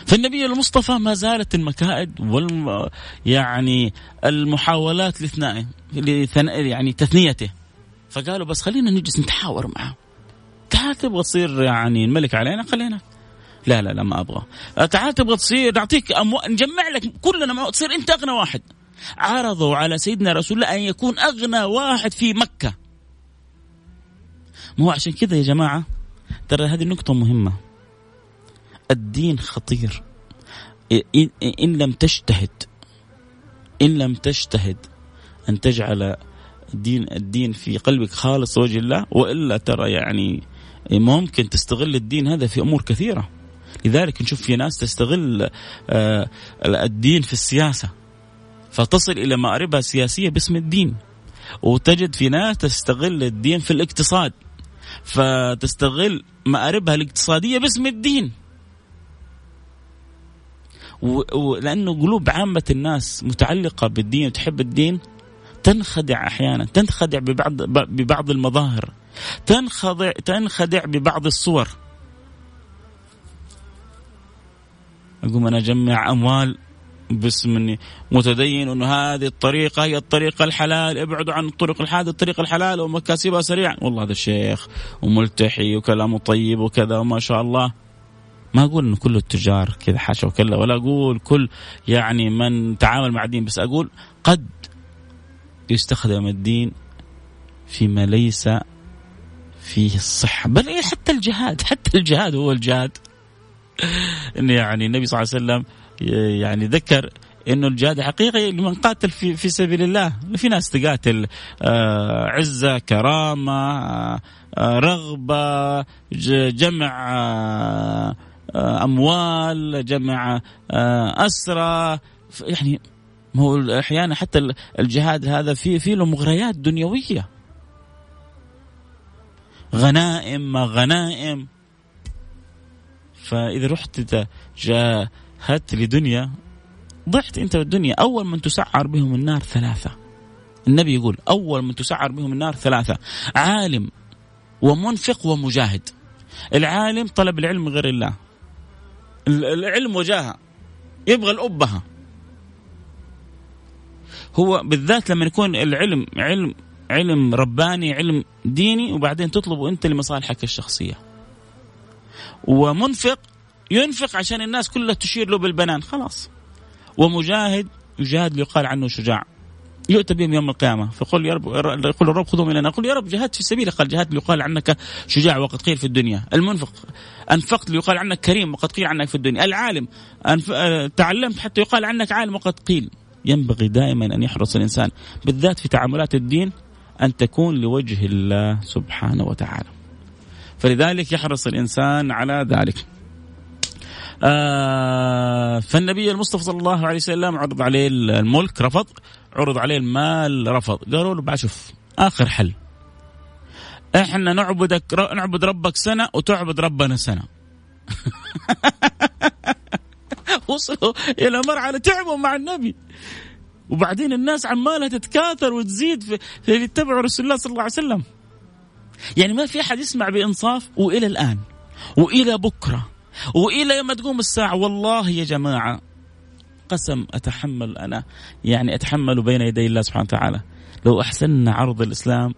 فالنبي المصطفى ما زالت المكائد يعني المحاولات يعني تثنيته. فقالوا بس خلينا نجلس نتحاور معه. تعال تبغى تصير يعني الملك علينا، خلينا. لا لا لا ما أبغى. تعال تبغى تصير نعطيك نجمع لك كلنا تصير أنت أغنى واحد. عرضوا على سيدنا رسول الله أن يكون أغنى واحد في مكة. ما هو عشان كذا يا جماعة ترى هذه النقطة مهمة. الدين خطير. إن لم تجتهد أن تجعل الدين في قلبك خالص وجه الله، وإلا ترى يعني ممكن تستغل الدين هذا في أمور كثيرة. لذلك نشوف في ناس تستغل الدين في السياسة فتصل إلى مآربها السياسية باسم الدين، وتجد في ناس تستغل الدين في الاقتصاد فتستغل مآربها الاقتصادية باسم الدين. لأنه قلوب عامة الناس متعلقة بالدين وتحب الدين تنخدع أحيانا، تنخدع ببعض المظاهر، تنخدع ببعض الصور. أقوم أنا أجمع أموال باسم إني متدين، وإنه هذه الطريقة هي الطريقة الحلال، ابعدوا عن الطرق الحادة الطريقة الحلال ومكاسبها سريعا. والله هذا الشيخ وملتحي وكلامه طيب وكذا وما شاء الله. ما أقول إنه كل التجار كذا حاشا وكلا، ولا أقول كل يعني من تعامل مع الدين، بس أقول قد يستخدم الدين فيما ليس فيه الصحة. بل حتى الجهاد هو الجهاد. إن يعني النبي صلى الله عليه وسلم يعني ذكر إنه الجهاد حقيقي لمن قاتل في سبيل الله. في ناس تقاتل عزة، كرامة، رغبة، جمع أموال، جمع أسرى. يعني هو أحيانا حتى الجهاد هذا فيه له مغريات دنيوية، غنائم ما غنائم. فإذا رحت جاهدت لدنيا ضعت أنت بالدنيا. أول من تسعر بهم النار ثلاثة. النبي يقول أول من تسعر بهم النار ثلاثة: عالم ومنفق ومجاهد. العالم طلب العلم غير الله، العلم وجاهه، يبغى الأبهة. هو بالذات لما يكون العلم علم رباني، علم ديني، وبعدين تطلبه أنت لمصالحك الشخصية. ومنفق ينفق عشان الناس كلها تشير له بالبنان خلاص. ومجاهد يجاهد ليقال عنه شجاع، يؤتى بهم يوم القيامة فقل يا رب، يقول الرب خذوا مننا، قل يا رب جهدت في سبيلك، قال جهدت ليقال عنك شجاع وقد قيل في الدنيا. المنفق أنفقت ليقال عنك كريم وقد قيل عنك في الدنيا. العالم تعلمت حتى يقال عنك عالم وقد قيل. ينبغي دائما أن يحرص الإنسان بالذات في تعاملات الدين أن تكون لوجه الله سبحانه وتعالى. فلذلك يحرص الإنسان على ذلك. فالنبي المصطفى صلى الله عليه وسلم عرض عليه الملك رفض، عرض عليه المال رفض. قالوا له بعد شوف آخر حل، احنا نعبد ربك سنة وتعبد ربنا سنة. وصلوا إلى مرحلة تعبوا مع النبي، وبعدين الناس عمالها تتكاثر وتزيد في اللي يتبعوا رسول الله صلى الله عليه وسلم. يعني ما في أحد يسمع بإنصاف. وإلى الآن وإلى بكرة وإلى يوم تقوم الساعة، والله يا جماعة قسم أتحمل بين يدي الله سبحانه وتعالى، لو أحسننا عرض الإسلام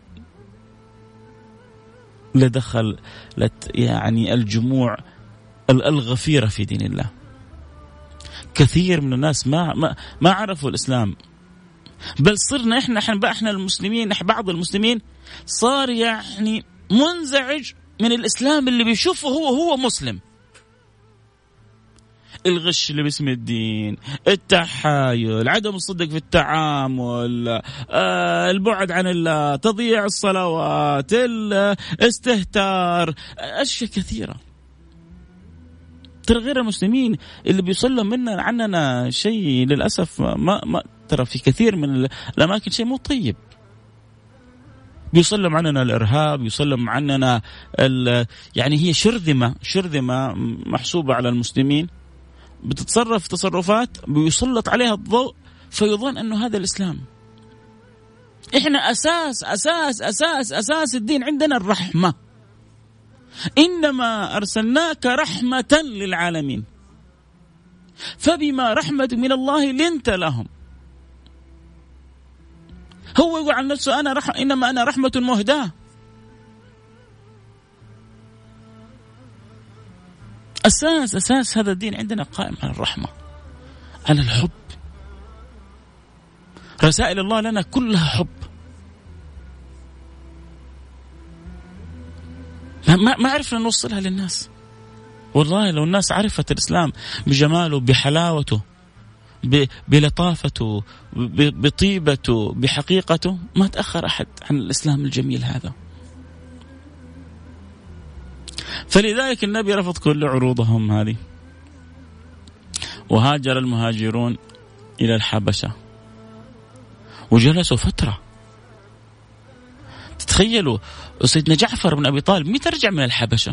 لدخلت يعني الجموع الغفيرة في دين الله. كثير من الناس ما عرفوا الإسلام، بل صرنا إحنا المسلمين، بعض المسلمين صار يعني منزعج من الإسلام اللي بيشوفه هو مسلم. الغش اللي باسم الدين، التحايل، عدم الصدق في التعامل، البعد عن الله، تضييع الصلوات، الاستهتار، أشياء كثيرة. ترى غير المسلمين اللي بيصلوا عننا شيء للأسف ما ترى في كثير من الأماكن شيء مو طيب. بيصلوا عننا الإرهاب، يصلوا عننا يعني هي شرذمة محسوبة على المسلمين، بتتصرف تصرفات بيسلط عليها الضوء فيظن أنه هذا الإسلام. إحنا أساس أساس أساس أساس الدين عندنا الرحمة، إنما أرسلناك رحمة للعالمين. فبما رحمة من الله لنت لهم. هو يقول عن نفسه إنما أنا رحمة مهداة. أساس هذا الدين عندنا قائم على الرحمة، على الحب. رسائل الله لنا كلها حب. ما عرفنا نوصلها للناس. والله لو الناس عرفت الإسلام بجماله، بحلاوته، بلطافته، بطيبته، بحقيقته، ما تأخر أحد عن الإسلام الجميل هذا. فلذلك النبي رفض كل عروضهم هذه، وهاجر المهاجرون إلى الحبشة وجلسوا فترة. تتخيلوا سيدنا جعفر بن أبي طالب متى رجع من الحبشة؟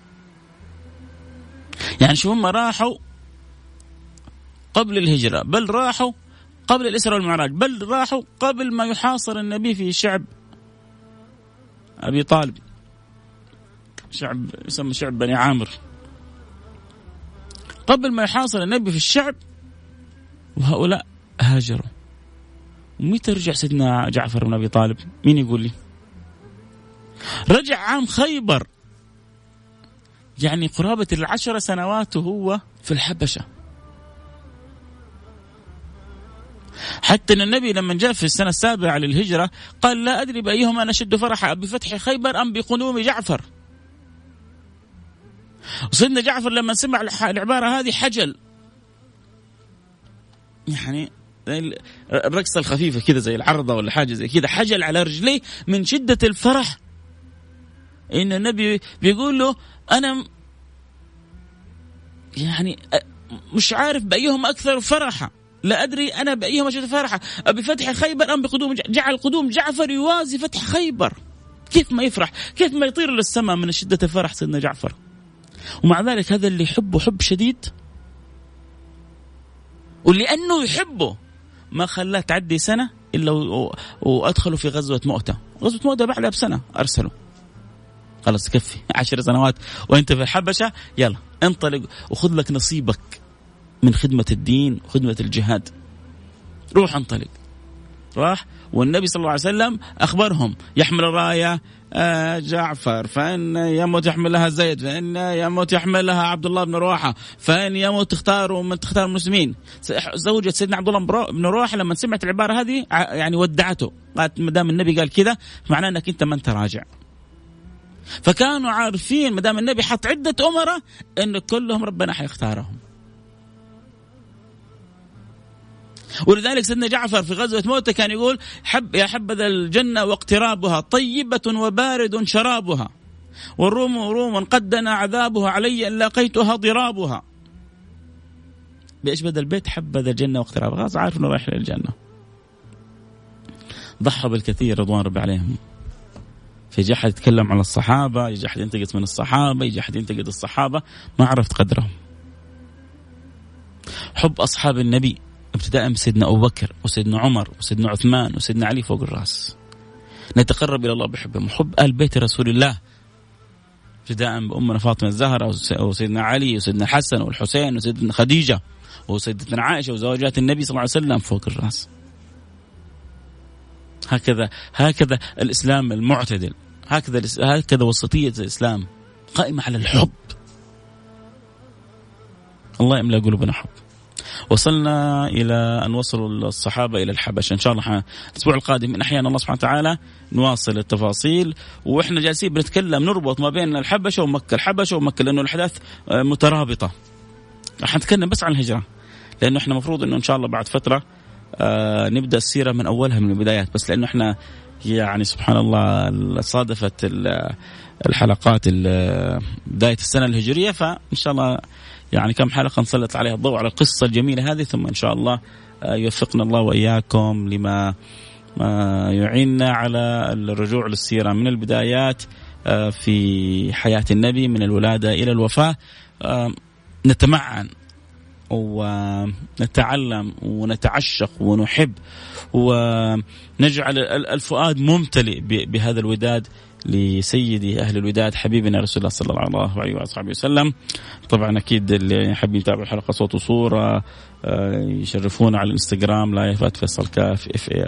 يعني شو هم راحوا قبل الهجرة، بل راحوا قبل الإسراء والمعراج، بل راحوا قبل ما يحاصر النبي في شعب أبي طالب، شعب يسمى شعب بني عامر. قبل ما يحاصر النبي في الشعب وهؤلاء هاجروا. ومتى رجع سيدنا جعفر بن أبي طالب؟ مين يقول لي؟ رجع عام خيبر، يعني قرابة 10 سنوات وهو في الحبشة. حتى أن النبي لما جاء في السنة 7 للهجرة قال لا أدري بأيهما أنا شد فرحا، بفتح خيبر أم بقدوم جعفر. وسيدنا جعفر لما سمع العبارة هذه حجل، يعني الرقصة الخفيفة كذا زي العرضة ولا حاجة زي كذا، حجل على رجليه من شدة الفرح إن النبي بيقول له أنا يعني مش عارف بأيهم أكثر فرحا، لا أدري أنا بأيهم أشد فرحا، بفتح خيبر أم بقدوم جعل قدوم جعفر يوازي فتح خيبر. كيف ما يفرح، كيف ما يطير للسماء من شدة الفرح سيدنا جعفر. ومع ذلك هذا اللي يحبه حب شديد، ولأنه يحبه ما خلاه تعدي سنة إلا وأدخلوا في غزوة مؤتة. غزوة مؤتة بعدها بسنة أرسلوا، خلاص كفي 10 سنوات وأنت في الحبشة، يلا انطلق وخذ لك نصيبك من خدمة الدين وخدمة الجهاد، روح انطلق. راح، والنبي صلى الله عليه وسلم أخبرهم يحمل الراية جعفر فإن يموت يحملها زيد، فإن يموت يحملها عبد الله بن رواحة، فإن يموت تختار من تختار المسلمين. زوجة سيدنا عبد الله بن رواحة لما سمعت العبارة هذه يعني ودعته، قالت مدام النبي قال كذا معناه أنك أنت ما أنت راجع. فكانوا عارفين مدام النبي حط عدة أمراء أن كلهم ربنا حيختارهم. ولذلك سيدنا جعفر في غزوة مؤتة كان يقول يا حبذا الجنة واقترابها، طيبة وبارد شرابها، والروم روم قد دنا عذابها علي إن لقيتها ضرابها. بإيش بدل البيت؟ حبذا الجنة واقترابها، خلاص عارف إنه رايح للجنة. ضحى بالكثير رضوان ربي عليهم. فيجي أحد يتكلم على الصحابة، يجي أحد ينتقد من الصحابة، يجي أحد ينتقد الصحابة، ما عرفت قدرهم. حب أصحاب النبي ابتداء من سيدنا أبو بكر وسيدنا عمر وسيدنا عثمان وسيدنا علي فوق الرأس. نتقرب إلى الله بحبهم. حب آل بيت رسول الله ابتداء بأمنا فاطمة الزهرة وسيدنا علي وسيدنا الحسن والحسين وسيدنا خديجة وسيدنا عائشة وزوجات النبي صلى الله عليه وسلم فوق الرأس. هكذا الإسلام المعتدل، هكذا وسطية الإسلام قائمة على الحب. الله يملأ قلوبنا حب. وصلنا إلى أن وصلوا الصحابة إلى الحبشة. إن شاء الله الأسبوع القادم إن أحيانا الله سبحانه وتعالى نواصل التفاصيل، وإحنا جالسين بنتكلم نربط ما بين الحبشة ومكة، الحبشة ومكة، لأنه الأحداث مترابطة. راح نتكلم بس عن الهجرة، لأنه إحنا مفروض إنه إن شاء الله بعد فترة نبدأ السيرة من أولها من البدايات، بس لأنه إحنا يعني سبحان الله صادفت الحلقات بداية السنة الهجرية، فإن شاء الله يعني كم حلقة نسلط عليها الضوء على القصة الجميلة هذه، ثم إن شاء الله يوفقنا الله وإياكم لما يعيننا على الرجوع للسيرة من البدايات في حياة النبي من الولادة إلى الوفاة. نتمعن ونتعلم ونتعشق ونحب ونجعل الفؤاد ممتلئ بهذا الوداد لسيدي أهل الوداد حبيبنا رسول الله صلى الله عليه وصحبه وسلم. طبعا أكيد اللي حابين يتابعوا الحلقة صوت وصورة يشرفونا على الانستغرام لايف @فيصل كاف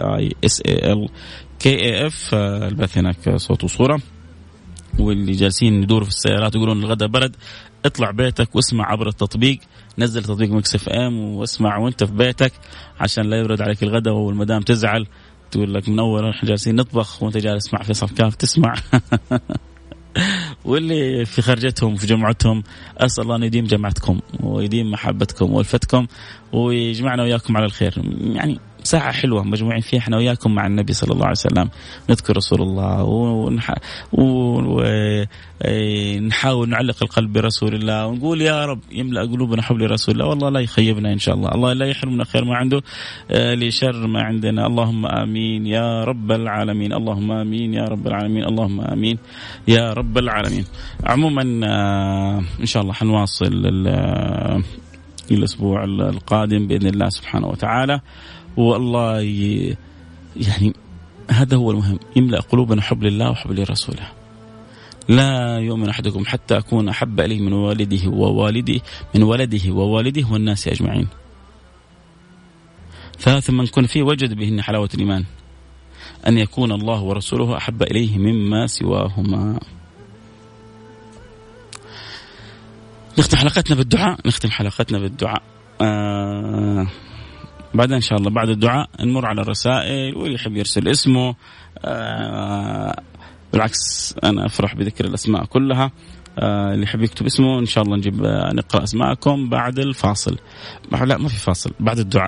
FAISAL KAF، البث هناك صوت وصورة. واللي جالسين يدوروا في السيارات يقولون الغداء برد، اطلع بيتك واسمع عبر التطبيق، نزل تطبيق مكس اف ام واسمع وانت في بيتك عشان لا يبرد عليك الغداء والمدام تزعل تقول لك من اول احنا جالسين نطبخ وانت جالس مع فيصل كاف تسمع. واللي في خرجتهم وفي جمعتهم أسأل الله أن يديم جمعتكم ويديم محبتكم وألفتكم ويجمعنا وياكم على الخير. يعني ساعة حلوة مجموعين فيها احنا وياكم مع النبي صلى الله عليه وسلم، نذكر رسول الله ونحاول نعلق القلب برسول الله ونقول يا رب يملأ قلوبنا حب لرسول الله، والله لا يخيبنا إن شاء الله، الله لا يحرمنا خير ما عنده لشر ما عندنا. اللهم آمين يا رب العالمين، اللهم آمين يا رب العالمين، اللهم آمين يا رب العالمين. عموما إن شاء الله حنواصل الأسبوع القادم بإذن الله سبحانه وتعالى. والله يعني هذا هو المهم، يملأ قلوبنا حب لله وحب لرسوله. لا يؤمن أحدكم حتى أكون أحب إليه من ولده ووالده والناس أجمعين. ثلاث من كن فيه وجد بهن حلاوة الإيمان، أن يكون الله ورسوله أحب إليه مما سواهما. نختم حلقتنا بالدعاء. بعدين إن شاء الله بعد الدعاء نمر على الرسائل، واللي يحب يرسل اسمه بالعكس أنا أفرح بذكر الأسماء كلها. اللي يحب يكتب اسمه إن شاء الله نقرأ أسماءكم بعد الفاصل. لا ما في فاصل، بعد الدعاء.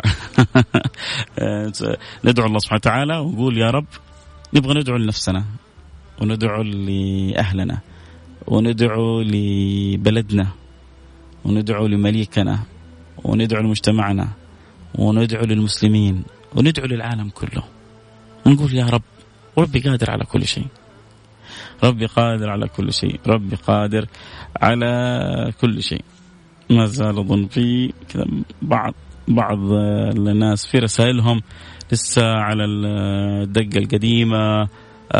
ندعو الله سبحانه وتعالى ونقول يا رب نبغى ندعو لنفسنا وندعو لأهلنا وندعو لبلدنا وندعو لمليكنا وندعو لمجتمعنا وندعو للمسلمين وندعو للعالم كله، ونقول يا رب، ربي قادر على كل شيء، ربي قادر على كل شيء، ربي قادر على كل شيء. ما زال أظن في كذا بعض الناس في رسائلهم لسه على الدقة القديمة،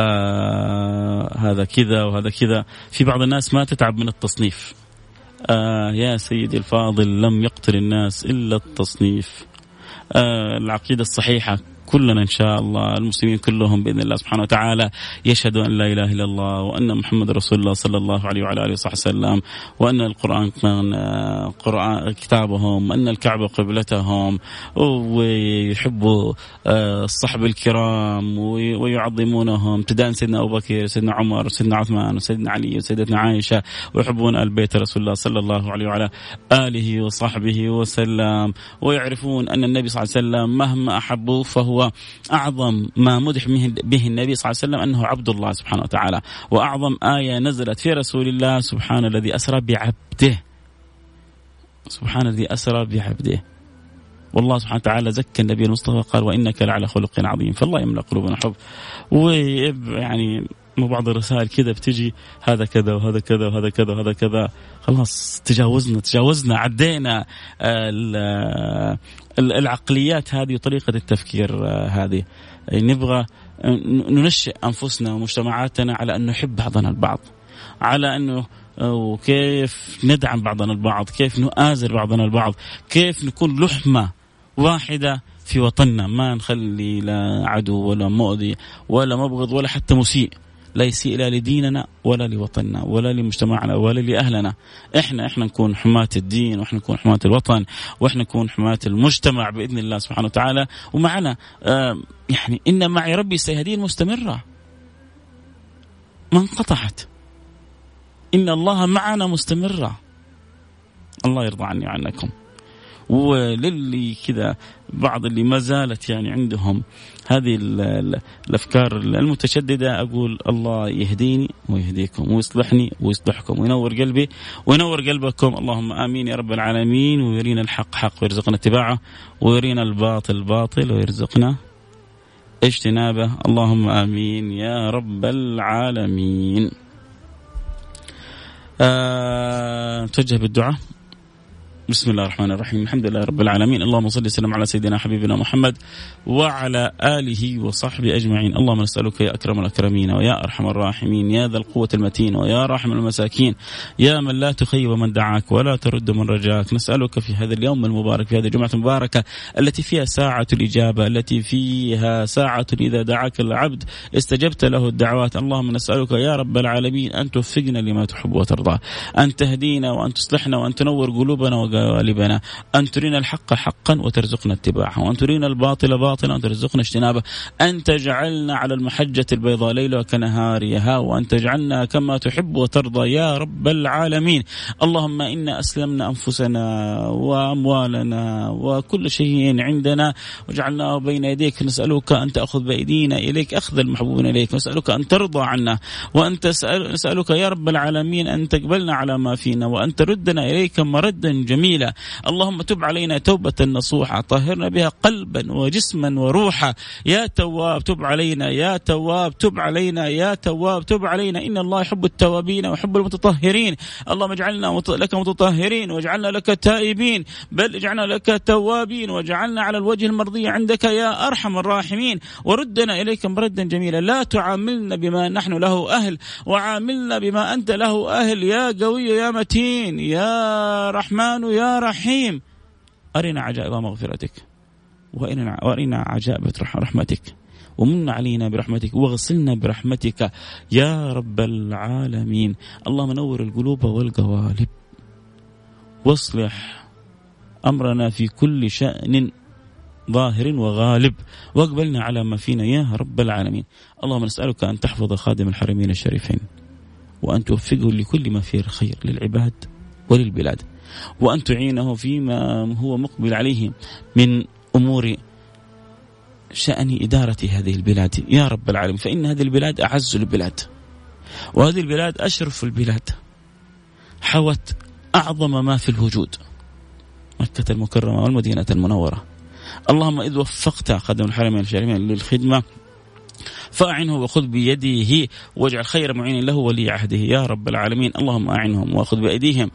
هذا كذا وهذا كذا. في بعض الناس ما تتعب من التصنيف. يا سيدي الفاضل، لم يقتل الناس إلا التصنيف. العقيدة الصحيحة كلنا إن شاء الله المسلمين كلهم بإذن الله سبحانه وتعالى يشهدوا أن لا إله إلا الله وأن محمد رسول الله صلى الله عليه وعلى آله وصحبه وسلم، وأن القرآن كان قرآن كتابهم، وأن الكعبة قبلتهم، ويحبوا الصحب الكرام ويعظمونهم، ابتداء سيدنا أبو بكر، سيدنا عمر، سيدنا عثمان، وسيدنا علي، وسيدتنا عائشة، ويحبون آل بيت رسول الله صلى الله عليه وعلى آله وصحبه وسلم، ويعرفون أن النبي صلى الله عليه وسلم مهما أحبوه فهو أعظم ما مدح به النبي صلى الله عليه وسلم أنه عبد الله سبحانه وتعالى. وأعظم آية نزلت في رسول الله سبحان الذي أسرى بعبده، سبحان الذي أسرى بعبده. والله سبحانه وتعالى زكى النبي المصطفى قال وإنك لعلى خلق عظيم. فالله يملأ قلوبنا حب. ويعني بعض الرسائل كذا بتجي هذا كذا وهذا كذا وهذا كذا وهذا كذا، خلاص تجاوزنا عدينا العقليات هذه وطريقة التفكير هذه. نبغى ننشئ أنفسنا ومجتمعاتنا على أن نحب بعضنا البعض، على أنه وكيف ندعم بعضنا البعض، كيف نؤازر بعضنا البعض، كيف نكون لحمة واحدة في وطننا، ما نخلي لا عدو ولا مؤذي ولا مبغض ولا حتى مسيء، لا يسيء لا لديننا ولا لوطننا ولا لمجتمعنا ولا لأهلنا. إحنا نكون حماة الدين، وإحنا نكون حماة الوطن، وإحنا نكون حماة المجتمع بإذن الله سبحانه وتعالى. ومعنا يعني إن معي ربي سيهدين مستمرة ما انقطعت، إن الله معنا مستمرة. الله يرضى عني وعنكم. وللي كذا بعض اللي ما زالت يعني عندهم هذه الأفكار المتشددة أقول الله يهديني ويهديكم ويصلحني ويصلحكم وينور قلبي وينور قلبكم، اللهم آمين يا رب العالمين. ويرينا الحق حق ويرزقنا اتباعه، ويرينا الباطل باطل ويرزقنا اجتنابه، اللهم آمين يا رب العالمين. توجه بالدعاء بسم الله الرحمن الرحيم. الحمد لله رب العالمين. اللهم صل وسلم على سيدنا حبيبنا محمد وعلى آله وصحبه أجمعين. اللهم نسألك يا أكرم الأكرمين ويا أرحم الراحمين يا ذا القوة المتين ويا راحم المساكين يا من لا تخيب من دعاك ولا ترد من رجاك. نسألك في هذا اليوم المبارك، في هذه الجمعة المباركة التي فيها ساعة الإجابة، التي فيها ساعة إذا دعاك العبد استجبت له الدعوات. اللهم نسألك يا رب العالمين أن توفقنا لما تحب وترضى، أن تهدينا وأن تصلحنا وأن تنور قلوبنا وغالبنا، أن ترينا الحق حقا وترزقنا اتباعه، وأن ترينا الباطل باطلا وترزقنا اجتنابه، أن تجعلنا على المحجة البيضاء ليلها كنهارها، وأن تجعلنا كما تحب وترضى يا رب العالمين. اللهم إنا أسلمنا أنفسنا وأموالنا وكل شيء عندنا وجعلناه بين يديك. نسألك أن تأخذ بأيدينا إليك أخذ المحبوبين إليك، نسألك أن ترضى عنا، وأن نسألك يا رب العالمين أن تقبلنا على ما فينا، وأن تردنا إليك مردا جميلا. اللهم تب علينا توبة نصوحة طهرنا بها قلبا وجسما وروحا. يا تواب تب علينا، يا تواب تب علينا، يا تواب تب علينا. إن الله يحب التوابين ويحب المتطهرين. اللهم اجعلنا لك متطهرين واجعلنا لك تائبين، بل اجعلنا لك توابين واجعلنا على الوجه المرضي عندك يا أرحم الراحمين. وردنا إليك مردا جميلا. لا تعاملنا بما نحن له أهل، وعاملنا بما أنت له أهل. يا قوي يا متين يا رحمن يا رحيم. أرنا عجائب مغفرتك وأرنا عجائب رحمتك، ومن علينا برحمتك واغسلنا برحمتك يا رب العالمين. اللهم نور القلوب والقوالب واصلح أمرنا في كل شأن ظاهر وغالب، واقبلنا على ما فينا يا رب العالمين. اللهم نسألك أن تحفظ خادم الحرمين الشريفين، وأن توفقه لكل ما فيه الخير للعباد وللبلاد، وأن تعينه فيما هو مقبل عليه من أمور شأن إدارة هذه البلاد يا رب العالمين. فإن هذه البلاد أعز البلاد، وهذه البلاد أشرف البلاد، حوت أعظم ما في الوجود، مكة المكرمة والمدينة المنورة. اللهم إذ وفقت خادم الحرمين الشريفين للخدمة فأعنه وخذ بيده واجعل خير معين له ولي عهده يا رب العالمين. اللهم أعنهم وخذ بأيديهم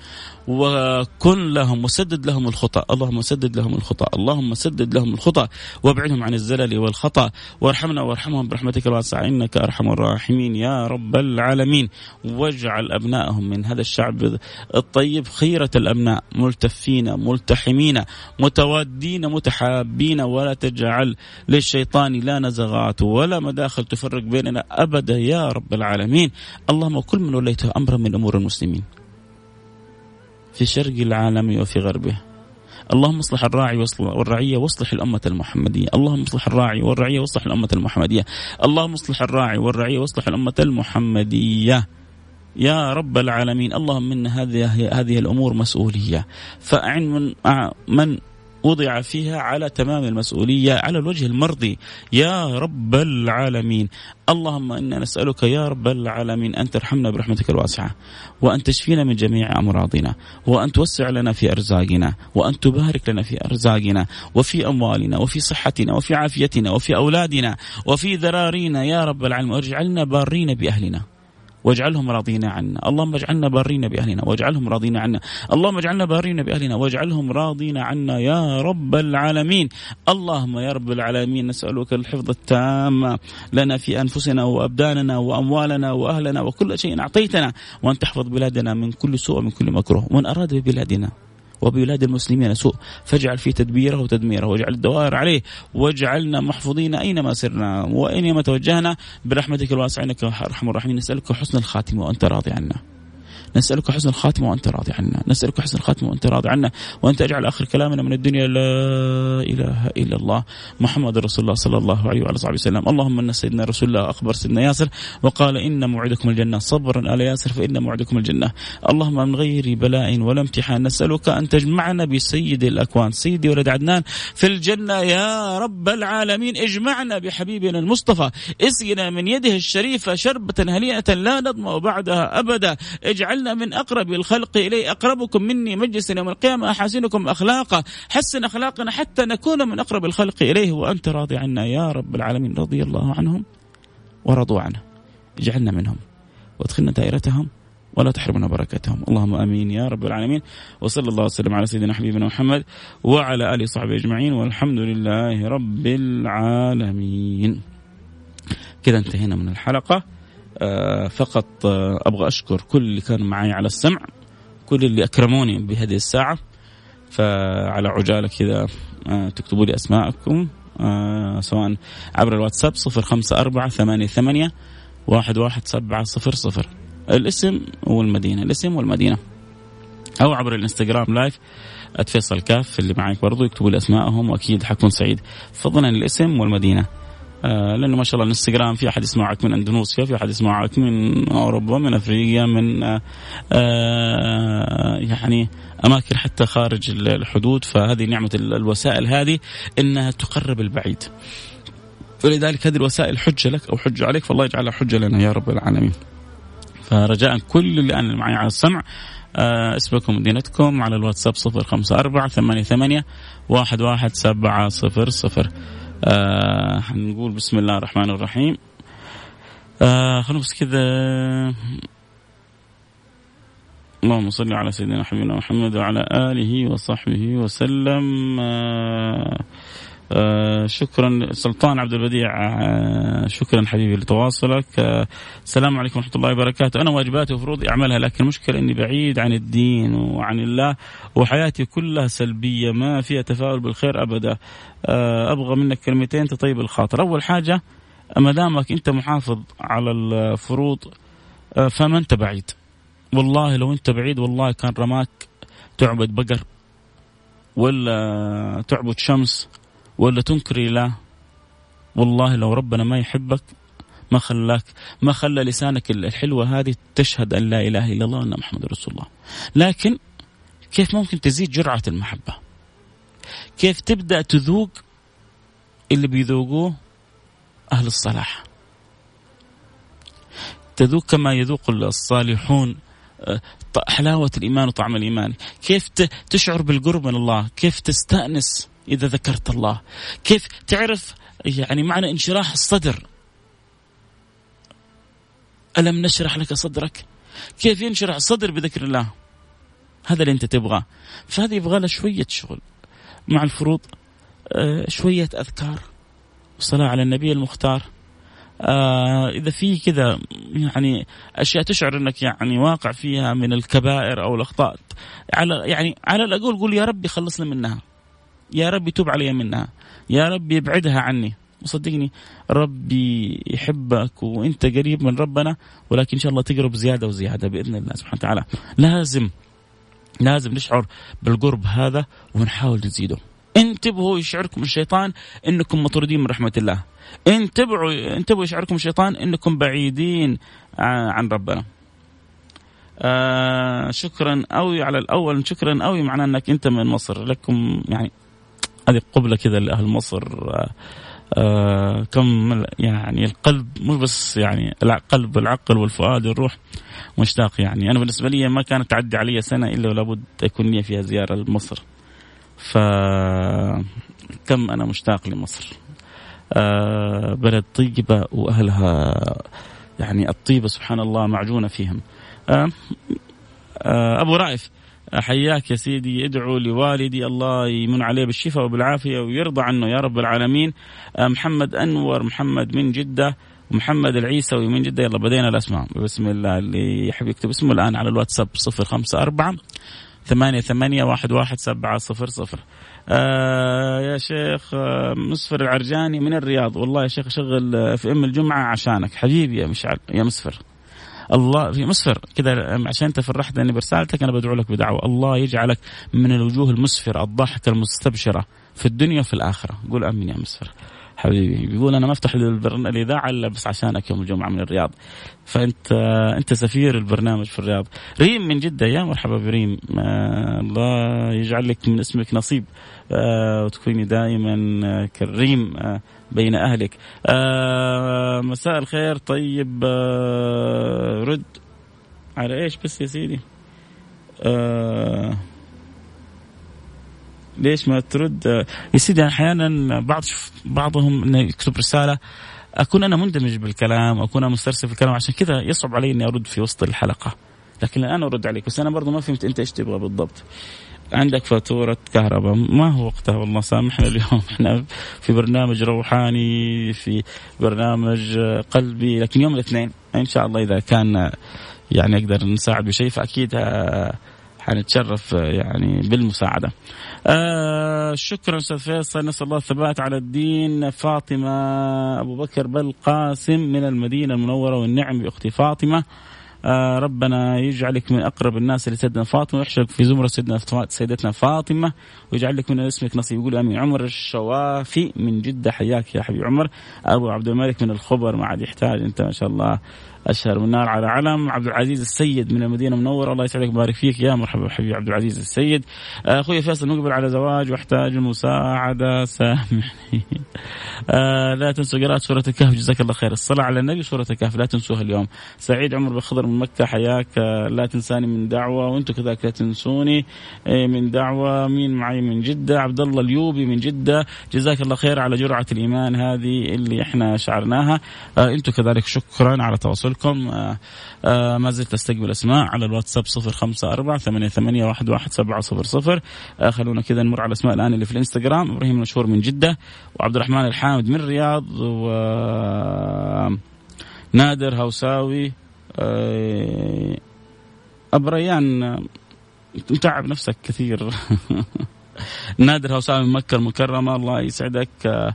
وكن لهم وسدد لهم الخطأ. اللهم سدد لهم الخطأ، اللهم سدد لهم الخطأ وابعدهم عن الزلل والخطأ، وارحمنا وارحمهم برحمتك الواسعة إنك أرحم الراحمين يا رب العالمين. واجعل أبنائهم من هذا الشعب الطيب خيرة الأبناء، ملتفين ملتحمين متوادين متحابين، ولا تجعل للشيطان لا نزغات ولا مداخل تفرق بيننا أبدا يا رب العالمين. اللهم كل من وليته أمرا من أمور المسلمين في شرق العالم وفي غربه. اللهم اصلح الراعي والرعية واصلح الأمة المحمدية. اللهم اصلح الراعي والرعية واصلح الأمة المحمدية. اللهم اصلح الراعي والرعية واصلح الأمة المحمدية يا رب العالمين. اللهم من هذه الأمور مسؤولية، فأعن من وضع فيها على تمام المسؤولية على الوجه المرضي يا رب العالمين. اللهم إنا نسألك يا رب العالمين أن ترحمنا برحمتك الواسعة، وأن تشفينا من جميع أمراضنا، وأن توسع لنا في أرزاقنا، وأن تبارك لنا في أرزاقنا وفي أموالنا وفي صحتنا وفي عافيتنا وفي أولادنا وفي ذرارينا يا رب العالمين. واجعلنا بارين بأهلنا واجعلهم راضين عنا. اللهم اجعلنا بارين بأهلنا واجعلهم راضين عنا. اللهم اجعلنا بارين بأهلنا واجعلهم راضين عنا يا رب العالمين. اللهم يا رب العالمين نسألك الحفظ التام لنا في أنفسنا وأبداننا وأموالنا وأهلنا وكل شيء أعطيتنا، وأن تحفظ بلادنا من كل سوء ومن كل مكروه. ومن أراد ببلادنا وبلاد المسلمين سوء فاجعل في تدبيره وتدميره، واجعل الدوائر عليه، واجعلنا محفوظين أينما سرنا وأينما توجهنا برحمتك الواسعة إنك أرحم الراحمين. نسألك حسن الخاتمة وأنت راضي عنا، نسألك حسن الخاتمة وأنت راضي عنا، نسألك حسن الخاتمة وأنت راضي عنا، وأن تجعل آخر كلامنا من الدنيا لا إله إلا الله محمد رسول الله صلى الله عليه وعلى صحبه وسلم. اللهم أن سيدنا رسول الله أخبر سيدنا ياسر وقال إن موعدكم الجنة، صبرا آل ياسر فإن موعدكم الجنة. اللهم من غير بلاء ولا امتحان نسألك أن تجمعنا بسيد الأكوان سيدي ولد عدنان في الجنة يا رب العالمين. اجمعنا بحبيبنا المصطفى، اسقنا من يده الشريفة شربة هنيئة لا نظمأ بعدها أبدا. اجعل من أقرب الخلق إليه، أقربكم مني مجلسا يوم القيامة أحسنكم أخلاقا، حسن أخلاقنا حتى نكون من أقرب الخلق إليه وأنت راضي عنا يا رب العالمين. رضي الله عنهم ورضوا عنه، اجعلنا منهم وادخلنا دائرتهم ولا تحرمنا بركتهم. اللهم آمين يا رب العالمين. وصلى الله وسلم على سيدنا حبيبنا محمد وعلى آله وصحبه أجمعين، والحمد لله رب العالمين. كذا انتهينا من الحلقة. فقط أبغى أشكر كل اللي كانوا معي على السمع، كل اللي أكرموني بهذه الساعة. فعلى عجالة كذا تكتبوا لي أسماءكم سواء عبر الواتساب 0548811700 الاسم والمدينة، الاسم والمدينة، أو عبر الانستغرام لايف @فيصل كاف اللي معك برضو يكتبوا لي أسماءهم وأكيد حكون سعيد. فضلا الاسم والمدينة، لأنه ما شاء الله الانستغرام في أحد يسمعك من أندونيسيا، في أحد يسمعك من أوروبا، من أفريقيا، من يعني أماكن حتى خارج الحدود. فهذه نعمة الوسائل هذه إنها تقرب البعيد، ولذلك هذه الوسائل حجة لك أو حجة عليك، فالله يجعلها حجة لنا يا رب العالمين. فرجاء كل اللي أنا معي على السمع اسمكم مدينتكم على الواتساب 0548811700. هنقول بسم الله الرحمن الرحيم. خلونا كذا. اللهم صل على سيدنا حبيبنا محمد وعلى آله وصحبه وسلم. شكرا سلطان عبد البديع، شكرا حبيبي لتواصلك. السلام عليكم ورحمة الله وبركاته. أنا واجباتي وفروضي أعملها، لكن المشكلة إني بعيد عن الدين وعن الله، وحياتي كلها سلبية ما فيها تفاؤل بالخير أبدا. أبغى منك كلمتين تطيب الخاطر. أول حاجة، ما دامك أنت محافظ على الفروض فما أنت بعيد. والله لو أنت بعيد والله كان رماك تعبد بقر ولا تعبد شمس ولا تنكري له. والله لو ربنا ما يحبك ما خلى لسانك الحلوة هذه تشهد أن لا إله إلا الله وأن محمد رسول الله. لكن كيف ممكن تزيد جرعة المحبة؟ كيف تبدأ تذوق اللي بيذوقوه أهل الصلاح؟ تذوق كما يذوق الصالحون حلاوة الإيمان وطعم الإيمان. كيف تشعر بالقرب من الله؟ كيف تستأنس إذا ذكرت الله؟ كيف تعرف يعني معنى انشراح الصدر؟ ألم نشرح لك صدرك؟ كيف ينشرح الصدر بذكر الله؟ هذا اللي أنت تبغاه. فهذا يبغى له شوية شغل مع الفروض، شوية أذكار، صلاة على النبي المختار. إذا في كذا يعني أشياء تشعر أنك يعني واقع فيها من الكبائر أو الأخطاء، على الأقل قول يا ربي خلصنا منها، يا ربي توب علي منها، يا ربي ابعدها عني. وصدقني ربي يحبك وانت قريب من ربنا، ولكن ان شاء الله تقرب زيادة وزيادة بإذن الله سبحانه وتعالى. لازم نشعر بالقرب هذا ونحاول نزيده. انتبهوا يشعركم الشيطان انكم مطرودين من رحمة الله. انتبهوا يشعركم الشيطان انكم بعيدين عن ربنا. شكرا قوي على الأول، شكرا قوي معناه أنك أنت من مصر. لكم يعني هذه قبلة كذا لأهل مصر. كم يعني القلب مش بس يعني القلب، العقل والفؤاد والروح مشتاق. يعني أنا بالنسبة لي ما كانت تعدي علي سنة إلا ولابد يكون لي فيها زيارة لمصر. فكم أنا مشتاق لمصر. بلد طيبة وأهلها يعني الطيبة سبحان الله معجونة فيهم. أبو رائف حياك يا سيدي، ادعوا لوالدي الله يمن عليه بالشفاء وبالعافية ويرضى عنه يا رب العالمين. محمد أنور محمد من جدة، ومحمد العيسوي من جدة. يلا بدينا الأسماء بسم الله. اللي يحب يكتب اسمه الآن على الواتساب 0548811700. يا شيخ مسفر العرجاني من الرياض، والله يا شيخ شغل في الجمعة عشانك حبيبي يا مسفر. الله في مسفر كذا عشان انت فرحتني برسالتك، انا بدعو لك بدعوه الله يجعلك من الوجوه المسفره الضاحكه المستبشره في الدنيا وفي الاخره. قول امين يا مسفر حبيبي. بيقول انا ما افتح الاذاعه الا بس عشانك يوم الجمعه من الرياض. فانت سفير البرنامج في الرياض. ريم من جده، يا مرحبا بريم. الله يجعل لك من اسمك نصيب وتكوني دائما كريم بين أهلك. مساء الخير. طيب رد على إيش بس يا سيدي؟ ليش ما ترد يا سيدي؟ أحيانا بعضهم يكتب رسالة أكون أنا مندمج بالكلام، أكون أنا مسترسل في الكلام، عشان كذا يصعب علي إني أرد في وسط الحلقة. لكن الآن أرد عليك. بس أنا برضو ما فهمت أنت إيش تبغى بالضبط. عندك فاتورة كهرباء، ما هو وقتها والله سامحنا، اليوم احنا في برنامج روحاني، في برنامج قلبي، لكن يوم الاثنين إن شاء الله إذا كان يعني أقدر نساعد بشيء فأكيد حنتشرف يعني بالمساعدة. شكرا أستاذ فيصل، نسأل الله الثبات على الدين. فاطمة أبو بكر بالقاسم من المدينة المنورة، والنعم بأختي فاطمة. ربنا يجعلك من أقرب الناس لسيدنا فاطمة، ويحشرك في زمرة سيدتنا فاطمة، ويجعل لك من اسمك نصيب. يقول آمين. عمر الشوافي من جدة، حياك يا حبيب عمر. أبو عبد الملك من الخبر، ما عاد يحتاج أنت ما شاء الله أشهر من نار على علم. عبد العزيز السيد من المدينة المنورة، الله يسعدك ويبارك فيك، يا مرحبا حبيبي عبد العزيز السيد. أخوي فيصل مقبل على زواج واحتاج المساعدة، سامحني. لا تنسوا قراءة سورة الكهف، جزاك الله خير. الصلاة على النبي، سورة الكهف لا تنسوها اليوم. سعيد عمر بخضر من مكة، حياك. لا تنساني من دعوة، وانتم كذلك لا تنسوني من دعوة. مين معي من جدة؟ عبد الله اليوبي من جدة، جزاك الله خير على جرعة الإيمان هذه اللي احنا شعرناها. انتم كذلك شكرا على تواصلكم. ما زلت استقبل اسماء على الواتساب 0548811700. خلونا كذا نمر على اسماء الان اللي في الانستغرام. ابراهيم مشهور من جدة، وعبد الرحمن الحامد من الرياض، ونادر هوساوي. أبريان متعب نفسك كثير. نادر هوساوي من مكة المكرمة، الله يسعدك.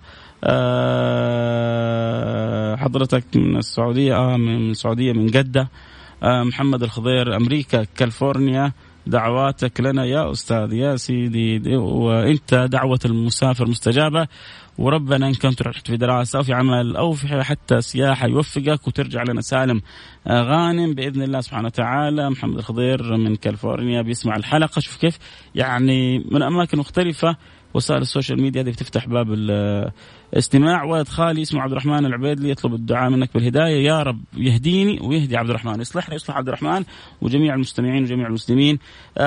حضرتك من السعودية، من السعودية من جدة. محمد الخضير أمريكا كاليفورنيا، دعواتك لنا يا أستاذ يا سيدي، وإنت دعوة المسافر مستجابة، وربنا إن كنت رحت في دراسة أو في عمل أو في حتى سياحة يوفقك وترجع لنا سالم غانم بإذن الله سبحانه وتعالى. محمد الخضير من كاليفورنيا بيسمع الحلقة. شوف كيف يعني من أماكن مختلفة، وسائل السوشيال ميديا هذه بتفتح باب الاستماع. ولد خالي اسمه عبد الرحمن العبيدلي يطلب الدعاء منك بالهداية، يا رب يهديني ويهدي عبد الرحمن، يصلحني يصلح عبد الرحمن وجميع المستمعين وجميع المسلمين.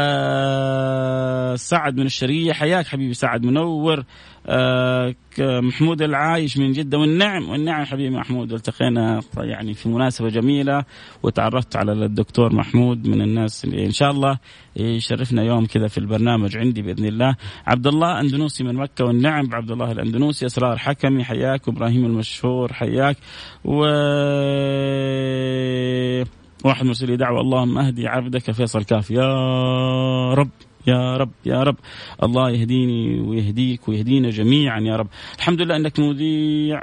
سعد من الشرقية، حياك حبيبي سعد منور. محمود العايش من جدة، والنعم حبيبي محمود، التقينا يعني في مناسبة جميلة وتعرفت على الدكتور محمود، من الناس اللي إن شاء الله يشرفنا يوم كذا في البرنامج عندي بإذن الله. عبد الله أندونوسي من مكة، والنعم بعبد الله الأندونوسي. أسرار حكمي حياك، وإبراهيم المشهور حياك. واحد مرسل دعوة، اللهم أهدي عبدك فيصل كاف، يا رب يا رب يا رب، الله يهديني ويهديك ويهدينا جميعا يا رب. الحمد لله أنك مذيع.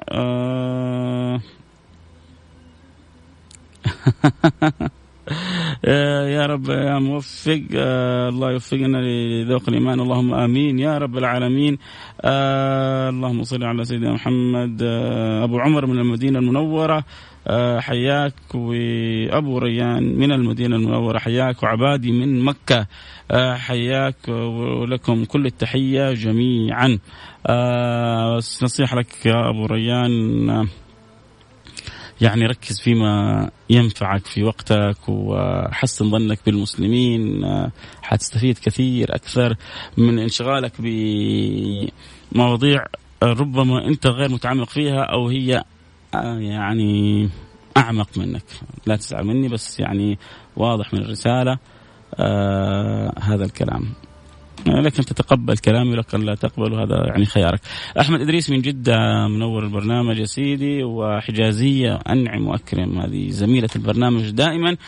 يا رب يا موفق، الله يوفقنا لذوق الإيمان، اللهم آمين يا رب العالمين. اللهم صل على سيدنا محمد. أبو عمر من المدينة المنورة، حياك. وأبو ريان من المدينة المنورة، حياك. وعبادي من مكة، حياك، ولكم كل التحية جميعا. نصيحة لك يا أبو ريان، يعني ركز فيما ينفعك في وقتك، وحسن ظنك بالمسلمين، حتستفيد كثير أكثر من انشغالك بمواضيع ربما أنت غير متعمق فيها، أو هي يعني أعمق منك. لا تزعل مني، بس يعني واضح من الرسالة هذا الكلام، لكن تتقبل كلامي، لكن لا تقبل، هذا يعني خيارك. أحمد إدريس من جدة، منور البرنامج يا سيدي. وحجازية أنعم وأكرم، هذه زميلة البرنامج دائما.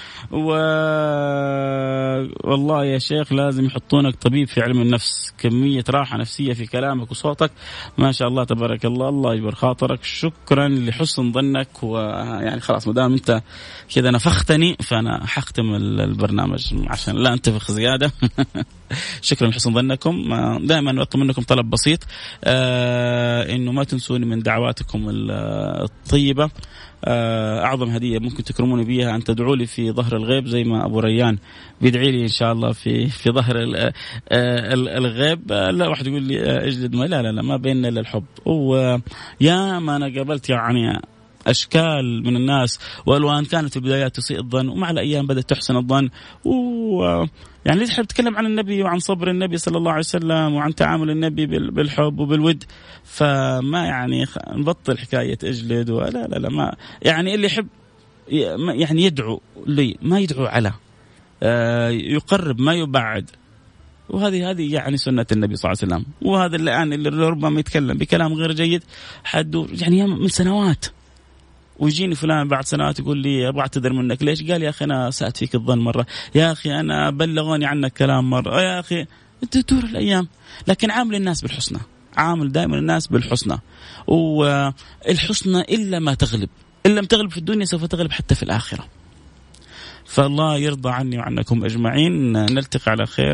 والله يا شيخ لازم يحطونك طبيب في علم النفس، كمية راحة نفسية في كلامك وصوتك ما شاء الله تبارك الله، الله يجبر خاطرك. شكرا لحسن ظنك، ويعني خلاص مدام أنت كذا نفختني فأنا حختم البرنامج عشان لا أنتفخ زيادة. شكرا لحسن ظنكم. دائما أطلب منكم طلب بسيط، إنه ما تنسوني من دعواتكم الطيبة. أعظم هدية ممكن تكرموني بيها أن تدعوا لي في ظهر الغيب، زي ما أبو ريان بيدعي لي إن شاء الله في ظهر الغيب. لا واحد يقول لي اجلد ما، لا ما بيننا إلا الحب. ويا ما أنا قابلت يعني أشكال من الناس وألوان، كانت في البدايات تسيء الظن، ومع الأيام بدأت تحسن الظن. يعني ليش حاب تتكلم عن النبي وعن صبر النبي صلى الله عليه وسلم وعن تعامل النبي بالحب وبالود، فما يعني نبطل حكاية اجلد لا ما يعني اللي يحب يعني يدعو لي، ما يدعو على يقرب ما يبعد. وهذه يعني سنة النبي صلى الله عليه وسلم. وهذا الآن اللي ربما يتكلم بكلام غير جيد حد يعني من سنوات، ويجيني فلان بعد سنوات يقول لي أبغى أعتذر منك. ليش؟ قال يا أخي أنا سأت فيك الظن مرة، يا أخي أنا بلغوني عنك كلام مرة، يا أخي تدور الأيام. لكن عامل الناس بالحسنى، عامل دائما الناس بالحسنى، والحسنى إلا ما تغلب، إن لم تغلب في الدنيا سوف تغلب حتى في الآخرة. فالله يرضى عني وعنكم أجمعين. نلتقي على خير.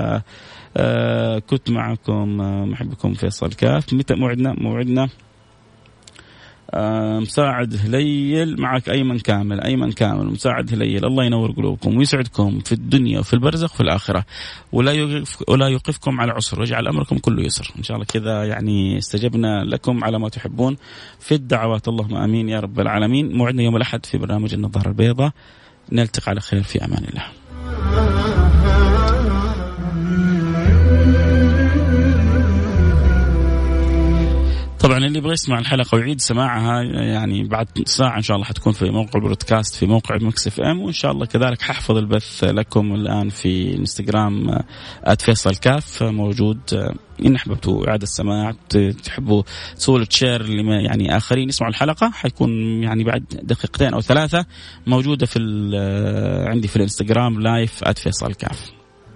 كنت معكم محبكم فيصل كاف. متى موعدنا مساعد هليل معك أيمن كامل مساعد هليل. الله ينور قلوبكم ويسعدكم في الدنيا وفي البرزخ وفي الآخرة، ولا يوقفكم على عسر، ويجعل أمركم كله يسر إن شاء الله. كذا يعني استجبنا لكم على ما تحبون في الدعوات، اللهم آمين يا رب العالمين. موعدنا يوم الأحد في برنامج النظارة البيضاء. نلتقي على خير في أمان الله. طبعا اللي يبغى يسمع الحلقة ويعيد سماعها يعني بعد ساعة إن شاء الله حتكون في موقع البودكاست في موقع ميكس اف ام، وإن شاء الله كذلك ححفظ البث لكم الآن في انستغرام @فيصل كاف موجود. إن أحببتوا إعادة السماع، تحبوا تسووا شير اللي يعني آخرين يسمعوا الحلقة، حيكون يعني بعد دقيقتين أو 3 موجودة في عندي في الانستغرام لايف @فيصل كاف.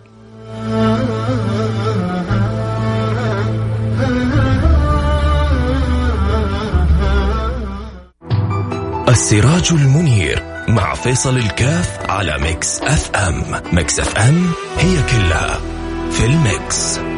السراج المنير مع فيصل الكاف على ميكس اف ام. ميكس اف ام هي كلها في الميكس.